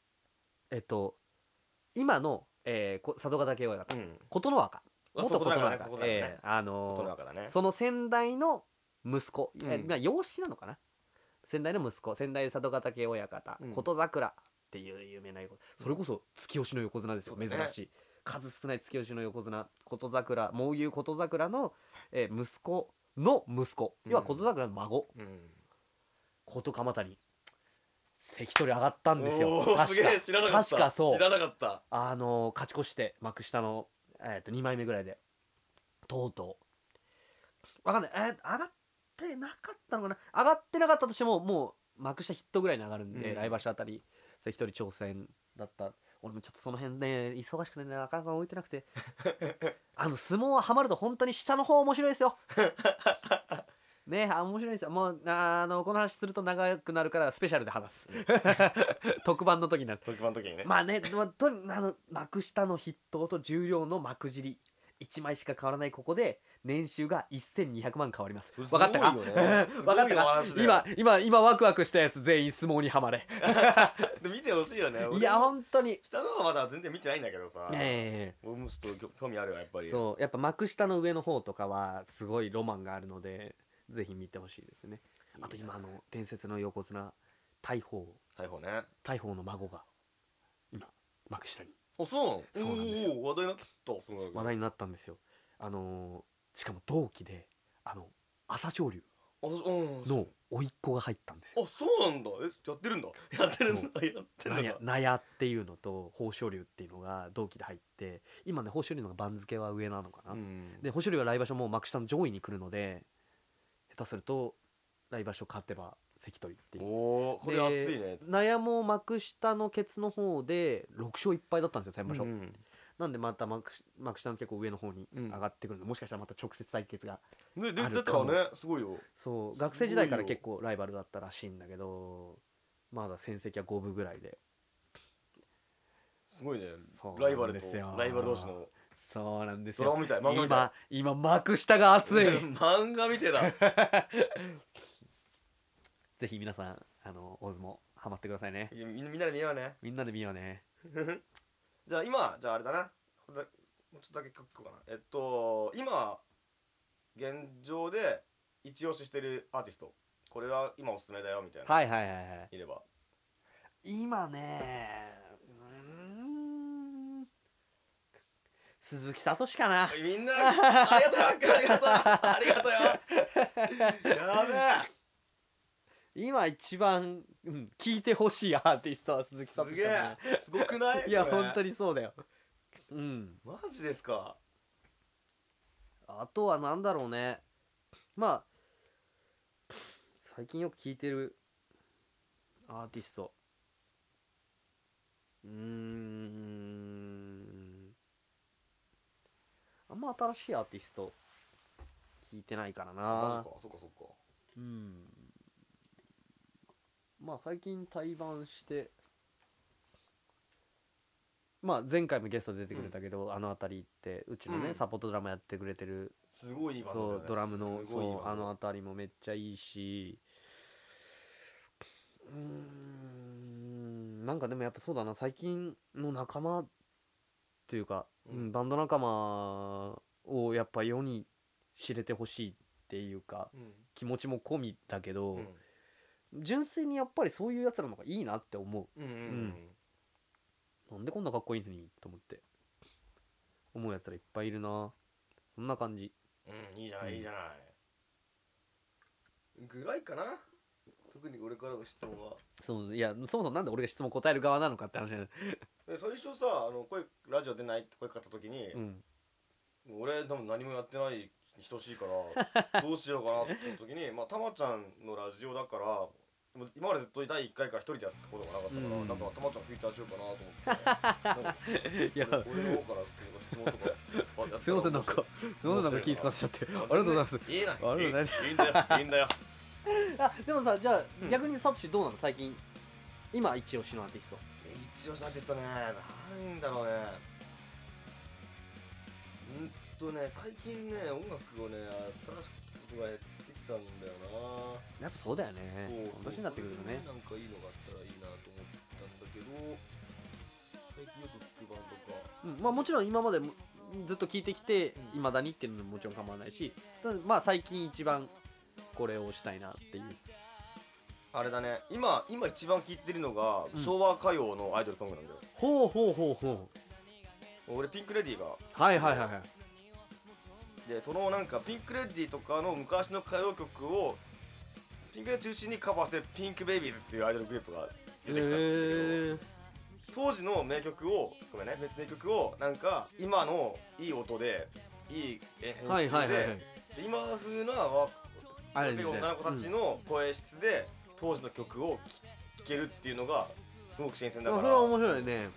今の佐渡ヶ嶽親方、琴ノ若、元琴ノ若、その先代の息子、養子なのかな、先代の息子、先代佐渡ヶ嶽親方、琴桜っていう有名な横、それこそ突き押しの横綱ですよ、珍しい数少ない突き押しの横綱、琴桜、猛牛琴桜の、息子の息子、要は琴桜の孫、琴鎌谷関取上がったんですよ。確かそう、 知らなかった。 勝ち越して幕下の、2枚目ぐらいでとうとう分かんない、上がってなかったのかな、上がってなかったとしてももう幕下ヒットぐらいに上がるんで、来場所あたり関取挑戦だった。俺もちょっとその辺ね忙しくてねなかなか置いてなくて相撲はハマると本当に下の方面白いですよね、面白いですよ。もうこの話すると長くなるからスペシャルで話す特番の時にね幕下の筆頭と十両の幕尻1枚しか変わらないここで年収が1200万変わります。 それ分かったか？ すごいよね分かったか？ すごい話だよ今ワクワクしたやつ全員相撲にはまれ。 で見てほしいよね。 いや本当に下の方はまだ全然見てないんだけどさ、 ね俺もちょっと興味あるわやっぱり。 そうやっぱ幕下の上の方とかはすごいロマンがあるのでぜひ見てほしいですね。あと今伝説の横綱大鵬ね。 大鵬の孫が今幕下にあ、そうそうなんですよ話題になった。そうなんだけど話題になったんですよ。しかも同期で朝青龍の甥っ子が入ったんですよ。 あ、そうなんだ。やってるんだ。やってるんだ。 納屋っていうのと豊昇龍っていうのが同期で入って今ね豊昇龍の方が番付は上なのかな、で豊昇龍は来場所もう幕下の上位に来るので下手すると来場所勝てば関取っていう。 おお、これ熱いね。 納屋も幕下のケツの方で6勝1敗だったんですよ先場所、なんでまた幕下の結構上の方に上がってくるので、もしかしたらまた直接対決がね、出たからね、すごいよ。 そう学生時代から結構ライバルだったらしいんだけどまだ戦績は5分ぐらいで。 すごいね。 そうライバルなんですよ同士の。 そうなんですドラよ。 マみたい、漫画みたい。 今幕下が熱い。 漫画見てだ。 ぜひ皆さん大相撲ハマってくださいね。 みんなで見ようね。 みんなで見ようね。 じゃああれだな。もうちょっとだけ書こうかな。今現状で一押ししてるアーティスト、これは今おすすめだよみたいな。 はいはいはいはい。 いれば。 今ね鈴木聡かな。 みんなありがとうよ。やべえ。 今一番聴いてほしいアーティストは鈴木聡かな。 すげえ。すごくない？ いや本当にそうだよ。 マジですか。 あとはなんだろうね。まあ最近よく聴いてるアーティストあんま新しいアーティスト聞いてないからな。 マジか。そっか。 まあ最近対バンしてまあ前回もゲスト出てくれたけど、あの辺りってうちのね、サポートドラマやってくれてるすごいいいバンドだよね。 ドラムのそうあの辺りもめっちゃいいし、なんかでもやっぱそうだな、最近の仲間っていうか、バンド仲間をやっぱ世に知れてほしいっていうか、気持ちも込みだけど、純粋にやっぱりそういうやつらの方がいいなって思う。なんでこんなかっこいいのにと思って思うやつらいっぱいいるな。そんな感じ。 いいじゃない、いいじゃないぐらいかな。特に俺からの質問はそういやそもそもなんで俺が質問答える側なのかって話だよ。 最初さラジオ出ないって声かかった時に、俺多分何もやってないに等しいからどうしようかなって思った時にたまちゃんのラジオだから今までずっと第1回から一人でやったことがなかったから、なんかたまちゃんフィーチャーしようかなと思っていや俺の方から質問とかすいませんなんか気使わせちゃってありがとうございます。 いいな、 ありがとうございます。 いいんだよでもさ、じゃあ逆にサトシどうなの最近今一押しのアーティスト。 一押しアーティストね、なんだろうね。最近ね音楽をね新しくことがやってきたんだよな。 やっぱそうだよね。この年になってくるとね。 なんかいいのがあったらいいなと思ったんだけど、最近よく聞くバンドか。 まあもちろん今までずっと聴いてきていまだにっていうのももちろん構わないし、ただまあ最近一番これをしたいなっていう。 あれだね。今一番聴いてるのが昭和歌謡のアイドルソングなんだよ。 ほう。 俺ピンクレディーが。 はい。でそのなんかピンクレディーとかの昔の歌謡曲をピンクレディー中心にカバーしてピンクベイビーズっていうアイドルグループが出てきたんですけど、当時の名曲をなんか今のいい音でいい編集で今風な女の子たちの声質で当時の曲を聴けるっていうのがすごく新鮮だから、 それは面白いね。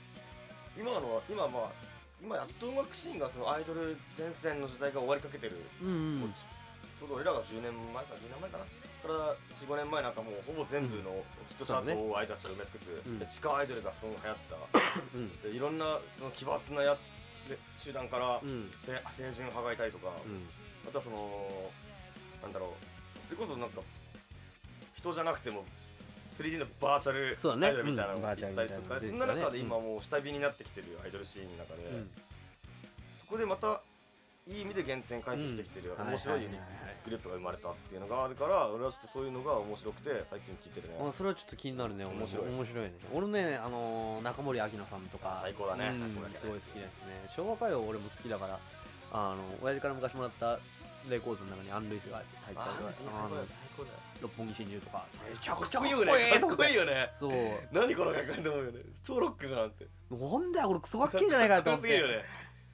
今やっと音楽シーンがそのアイドル前線の時代が終わりかけてる、ちょうど俺らが10年前かなから 4,5 年前なんかもうほぼ全部のヒットチャートをアイドルたちが埋め尽くす、地下アイドルがその流行った、でいろんなその奇抜な人集団からうん清純派がいたりとか、 うんあとはそのなんだろう、それこそなんか人じゃなくても 3D のバーチャルそうだねアイドルみたいなのがうんいたりとか、 バーチャルみたいなのそんな中で今もう下火になってきてるアイドルシーンの中で、 うんそこでまたいい意味で原点回帰してきてる、 うん面白いはいはいはいはいグループが生まれたっていうのがあるから、俺はちょっとそういうのが面白くて最近聞いてるね。 あそれはちょっと気になるね。 面白い面白いね。俺ね中森明菜さんとか最高だね、 うん中森明菜すごい好きですね。昭和歌謡俺も好きだから親父から昔もらったレコードの中にアン・ルイスが入ってたりとか最高だよ最高だよ。 六本木真珠とかめちゃかっくちゃこいいよね、かっこいいよね。 そう何この楽曲でもよね、超ロックじゃんって。 なんだよこれクソかっけえじゃないかよとかっ思ってこよすぎるよね。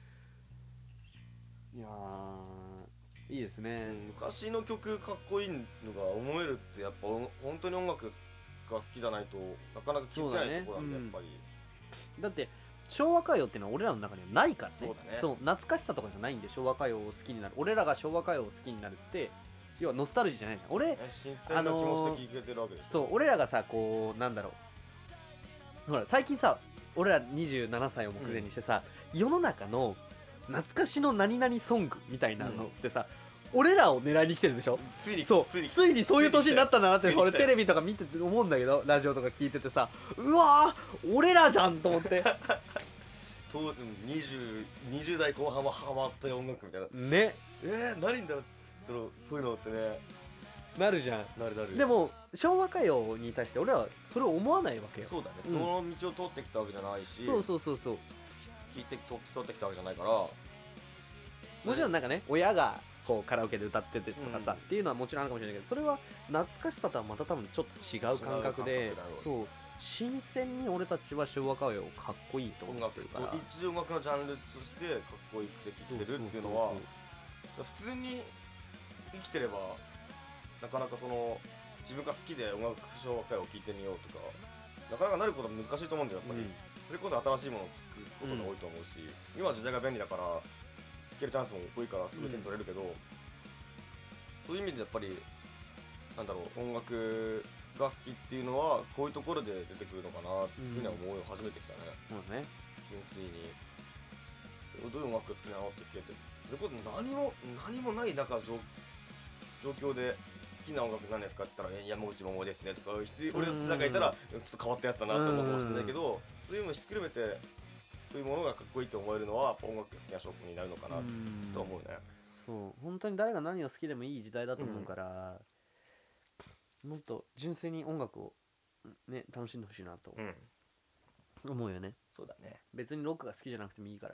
いやいいですね。 昔の曲かっこいいのが思えるってやっぱ本当に音楽が好きじゃないとなかなか気づけないところなんで、やっぱりだって昭和歌謡っていうのは俺らの中にはないからね。 そうだね。 そう懐かしさとかじゃないんで昭和歌謡を好きになる。俺らが昭和歌謡を好きになるって要はノスタルジーじゃないじゃん。俺新鮮な気持ちで聴けてるわけでしょ。 そう俺らがさこうなんだろうほら最近さ俺ら27歳を目前にしてさ、世の中の懐かしの何々ソングみたいなのってさ、俺らを狙いに来てるでしょ。 ついにそうついにそういう年になったんだなってついに来たよ俺テレビとか見てて思うんだけど、ラジオとか聞いててさ、うわー俺らじゃんと思って 20代後半はハマった音楽みたいな。 ね何だろうそういうのってね、 なるじゃん。 なる。 でも昭和歌謡に対して俺らはそれを思わないわけよ。 そうだね、 うんその道を通ってきたわけじゃないし、 そうそうそうそう。 聞いて通ってきたわけじゃないから、 もちろんなんかね親がこうカラオケで歌っててとかさ、 うんっていうのはもちろんあるかもしれないけど、それは懐かしさとはまた多分ちょっと違う感覚で違う感覚だろう、 そう新鮮に俺たちは昭和歌謡をかっこいいと思音楽ってるから。 一音楽のジャンルとしてかっこよくできてるっていうのは普通に生きてればなかなかその自分が好きで音楽昭和歌謡を聴いてみようとかなかなかなることは難しいと思うんだよやっぱり、それこそ新しいものを聴くことが多いと思うし、今は時代が便利だから聴けるチャンスも多いからすぐ手に取れるけど、そういう意味でやっぱりなんだろう、音楽が好きっていうのはこういうところで出てくるのかなっていうふうには思い始めてきたね、 そうね。 純粋にどういう音楽が好きなのって聞けて、それこそ何もない中状況で好きな音楽何ですかって言ったら、山口百恵ですねとか俺のつながいたらちょっと変わったやつだなと思うかもしれないけど、そういうのをひっくるめてそういうものがかっこいいと思えるのはやっぱ音楽好きな証拠になるのかなと思うね。 そう本当に誰が何を好きでもいい時代だと思うから、もっと純粋に音楽をね楽しんでほしいなと思うよね。 そうだね。 別にロックが好きじゃなくてもいいから。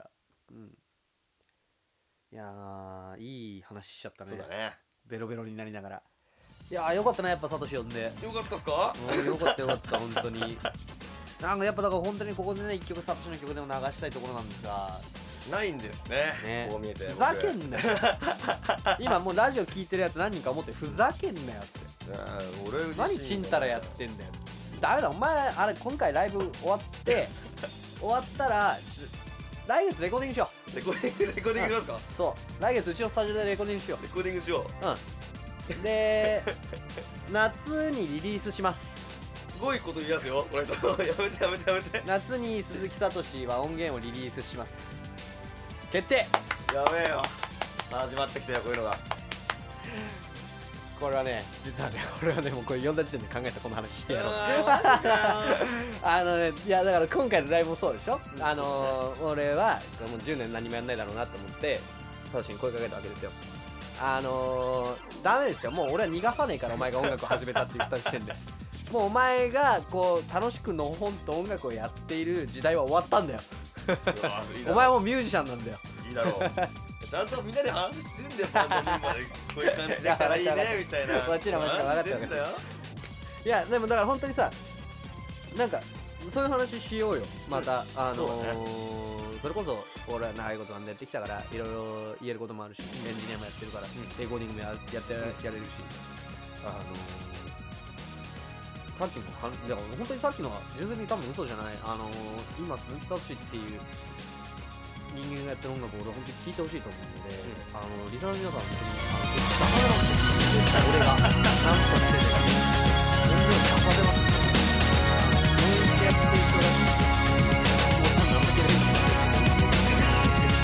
いやーいい話しちゃったね。 そうだね。 ベロベロになりながら。いやーよかったね、やっぱサトシ呼んで。 よかったっすか？ よかったよかった本当に。なんかやっぱだから本当にここでね一曲サトシの曲でも流したいところなんですが、 ないんですね。 ねこう見えてふざけんなよ。今もうラジオ聞いてるやつ何人か思ってふざけんなよって。 俺何チンタラやってんだよ。ダメだお前あれ今回ライブ終わったら来月レコーディングしよレコーディングしますか？ う。そう来月うちのスタジオでレコーディングしよレコーディングしよう。 う。で夏にリリースします。 すごいこと言いますよこれと。やめて夏に鈴木聡は音源をリリースします。決定。 やべえよ、始まってきたよこういうのが。 これはね実はね俺はねもうこれ読んだ時点で考えたこの話してやろう。いやだから今回のライブもそうでしょ。俺はもう10年何もやんないだろうなと思ってサトシに声かけたわけですよ。ダメですよ、もう俺は逃がさねえからお前が音楽を始めたって言った時点でもうお前がこう楽しくのほんと音楽をやっている時代は終わったんだよ。お前もミュージシャンなんだよ。 いいだろう。ちゃんとみんなで話してんだよ、バンドメンバーでこういう感じでたらいいねみたいな。 もちろん分かってるよ。いやでもだから本当にさなんかそういう話しようよまた。それこそ俺は長いことやってきたからいろいろ言えることもあるし、エンジニアもやってるから、レコーディングもやれるし、さっきのだから本当にさっきのは純粋に多分嘘じゃない。今鈴木聡っていう人間がやってる音楽を俺は本当に聴いてほしいと思うので、リサの皆さん本当に俺がなんとしてで音量に合わせます。もう一回やっていくらしい。もちろん何もいけない。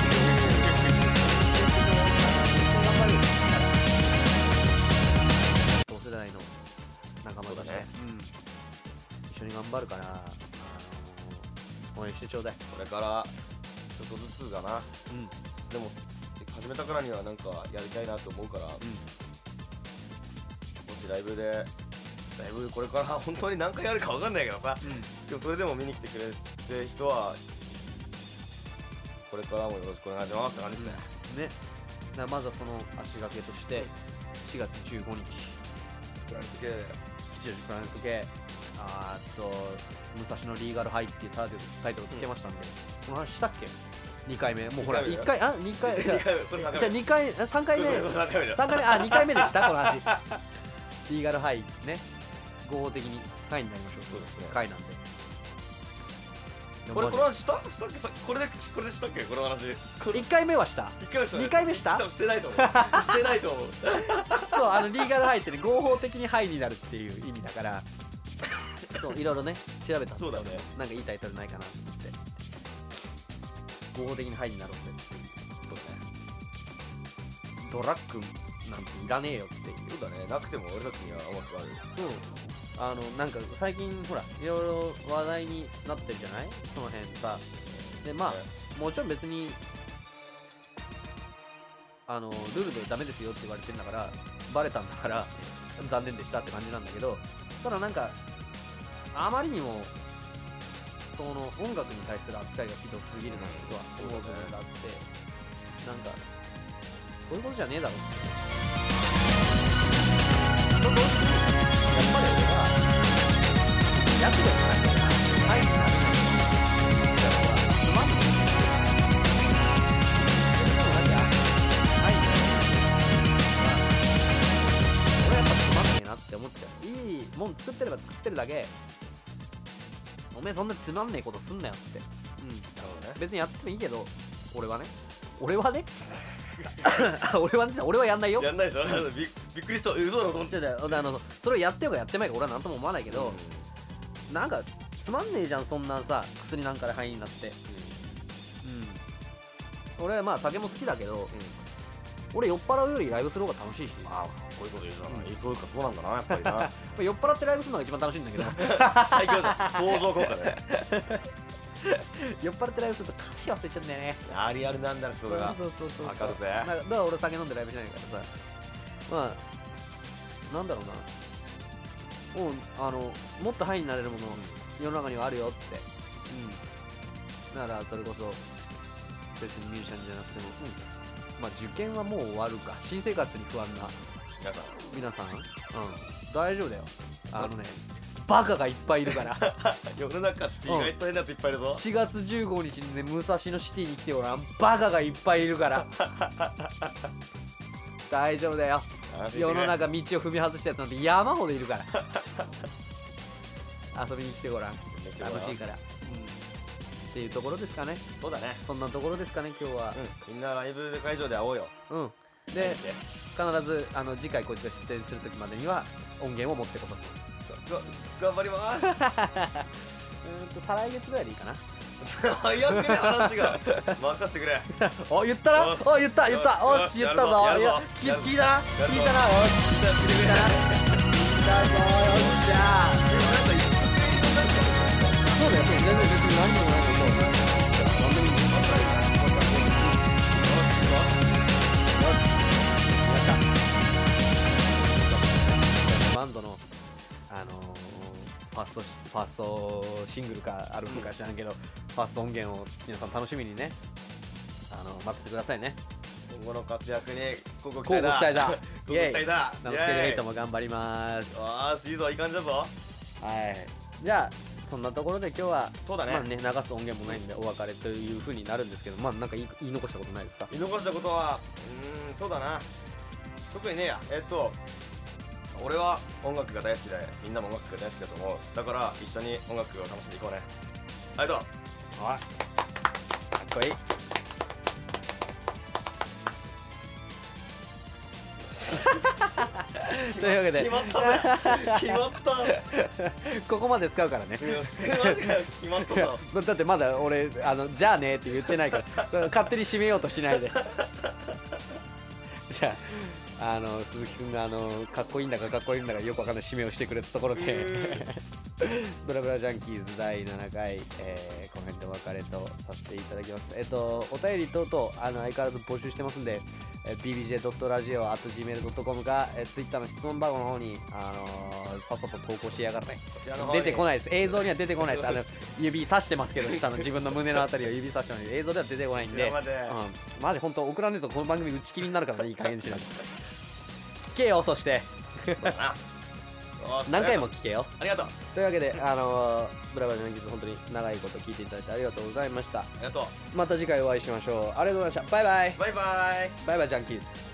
これからちょっとずつだな。でも始めたからにはなんかやりたいなと思うから、もしライブこれから本当に何回やるか分かんないけどさ、でもそれでも見に来てくれてる人はこれからもよろしくお願いしますって感じですね。 ね、だからまずはその足掛けとして4月15日プラネット系吉祥寺プラネット系武蔵野リーガルハイっていうタイトルつけましたんで、この話したっけ？2回目もうほら 2 1回2回じゃあ2回3回目 3回目だ。 3回目2回目でしたこの話リーガルハイね、合法的にハイになりましょう。 そうですね。 回なんでこの話したっけさ、これでしたっけこの話。 1回目はした。 1回目したね。 2回目した多分してないと思う。してないと思う。 そうリーガルハイってね、合法的にハイになるっていう意味だからそういろいろね調べたんですよ。 そうだね。 なんかいいタイトルないかなと思って、合法的にハイになろうぜっていう。そうだね、ドラッグなんていらねえよっていう。 そうだね。なくても俺たちには音楽ある。 そうなんか最近ほらいろいろ話題になってるじゃない、その辺さ。でまあもちろん別にルールでダメですよって言われてんだからバレたんだから残念でしたって感じなんだけど、ただなんかあまりにもその音楽に対する扱いがひどすぎるなとは思う部分があって、なんかそういうことじゃねえだろって。やっぱり俺は役でもないからハイになるだからつまんない。それでもなんかハイになる俺はやっぱつまんねえなって思っちゃう。いいもん作ってれば作ってるだけ、おめえそんなつまんねえことすんなよって。 なるほどね。 別にやってもいいけど、俺はね俺はやんないよ。 やんないでしょ。びっくりした。嘘だろと思って。 それをやってようがやってまいが俺はなんとも思わないけど、なんかつまんねえじゃんそんなんさ、薬なんかでハイになって。俺はまあ酒も好きだけど、俺酔っ払うよりライブする方が楽しいし。 ああ、こういうこと言うじゃない。そうなんだな、やっぱりな。 酔っ払ってライブするのが一番楽しいんだけど最強じゃん。相乗効果ね。 酔っ払ってライブすると歌詞忘れちゃうんだよね。 ありあるなんだね、それが。 そうわかるぜ。 だから俺酒飲んでライブしないからさ、まあなんだろうな、もっとハイになれるもの世の中にはあるよって。だからそれこそ別にミュージシャンじゃなくても、まあ受験はもう終わるか、新生活に不安な皆さん、大丈夫だよ。バカがいっぱいいるから世の中って意外と変なやついっぱいいるぞ。 4月15日にね、武蔵野シティに来てごらん、バカがいっぱいいるから大丈夫だよ。世の中道を踏み外したやつなんて山ほどいるから遊びに来てごらん、楽しいから。っていうところですかね。 そうだね。 そんなところですかね今日は。 みんなライブ会場で会おうよ。 で必ず次回こいつが出演する時までには音源を持ってこさせます。 頑張ります。 再来月ぐらいでいいかな。 早くね話が。任せてくれ。 言ったな。言ったおし言ったぞ。聞いたな。よし聞いたぞ。よっしゃそうだよ。全然別に何もないけど何でもいい。バンドのファーストシングルかアルバムか知らんけど、ファースト音源を皆さん楽しみにね、待っててくださいね。 今後の活躍に乞うご期期待だ。 イエーイ。 ナノスケヘイトも頑張ります。 ああ、いいぞ、いい感じだぞ。 はい。じゃあそんなところで今日はそうだね。 まあね、流す音源もないんでお別れという風になるんですけど、まあなんか言い残したことないですか？ 言い残したことはそうだな。特にねえや。俺は音楽が大好きで、みんなも音楽が大好きだと思う。だから一緒に音楽を楽しんでいこうね。ありがとう。 かっこいい。というわけで決まったね。決まった。 ここまで使うからね。 マジかよ、決まったぞ。 だってまだ俺じゃあねって言ってないからそれ勝手に締めようとしないでじゃあ鈴木くんがかっこいいんだかかっこいいんだかよくわかんない締めをしてくれたところでブラブラジャンキーズ第7回、この辺でお別れとさせていただきます。お便り等々相変わらず募集してますんで、bbj.radio@gmail.com か、Twitter の質問箱の方に、さっさと投稿しやがるね。出てこないです。映像には出てこないです。指さしてますけど、下の自分の胸のあたりを指さしてるのに、映像では出てこないんで、マジ本当送らねえとこの番組打ち切りになるからね、いい加減にしなきゃ。聞けよ、そして何回も聞けよ。 ありがとう。 というわけで、ブラバージョンキッズ本当に長いこと聞いていただいてありがとうございました。 ありがとう。 また次回お会いしましょう。ありがとうございました。バイバイ。 バイバイ。 バイバイジャンキーズ。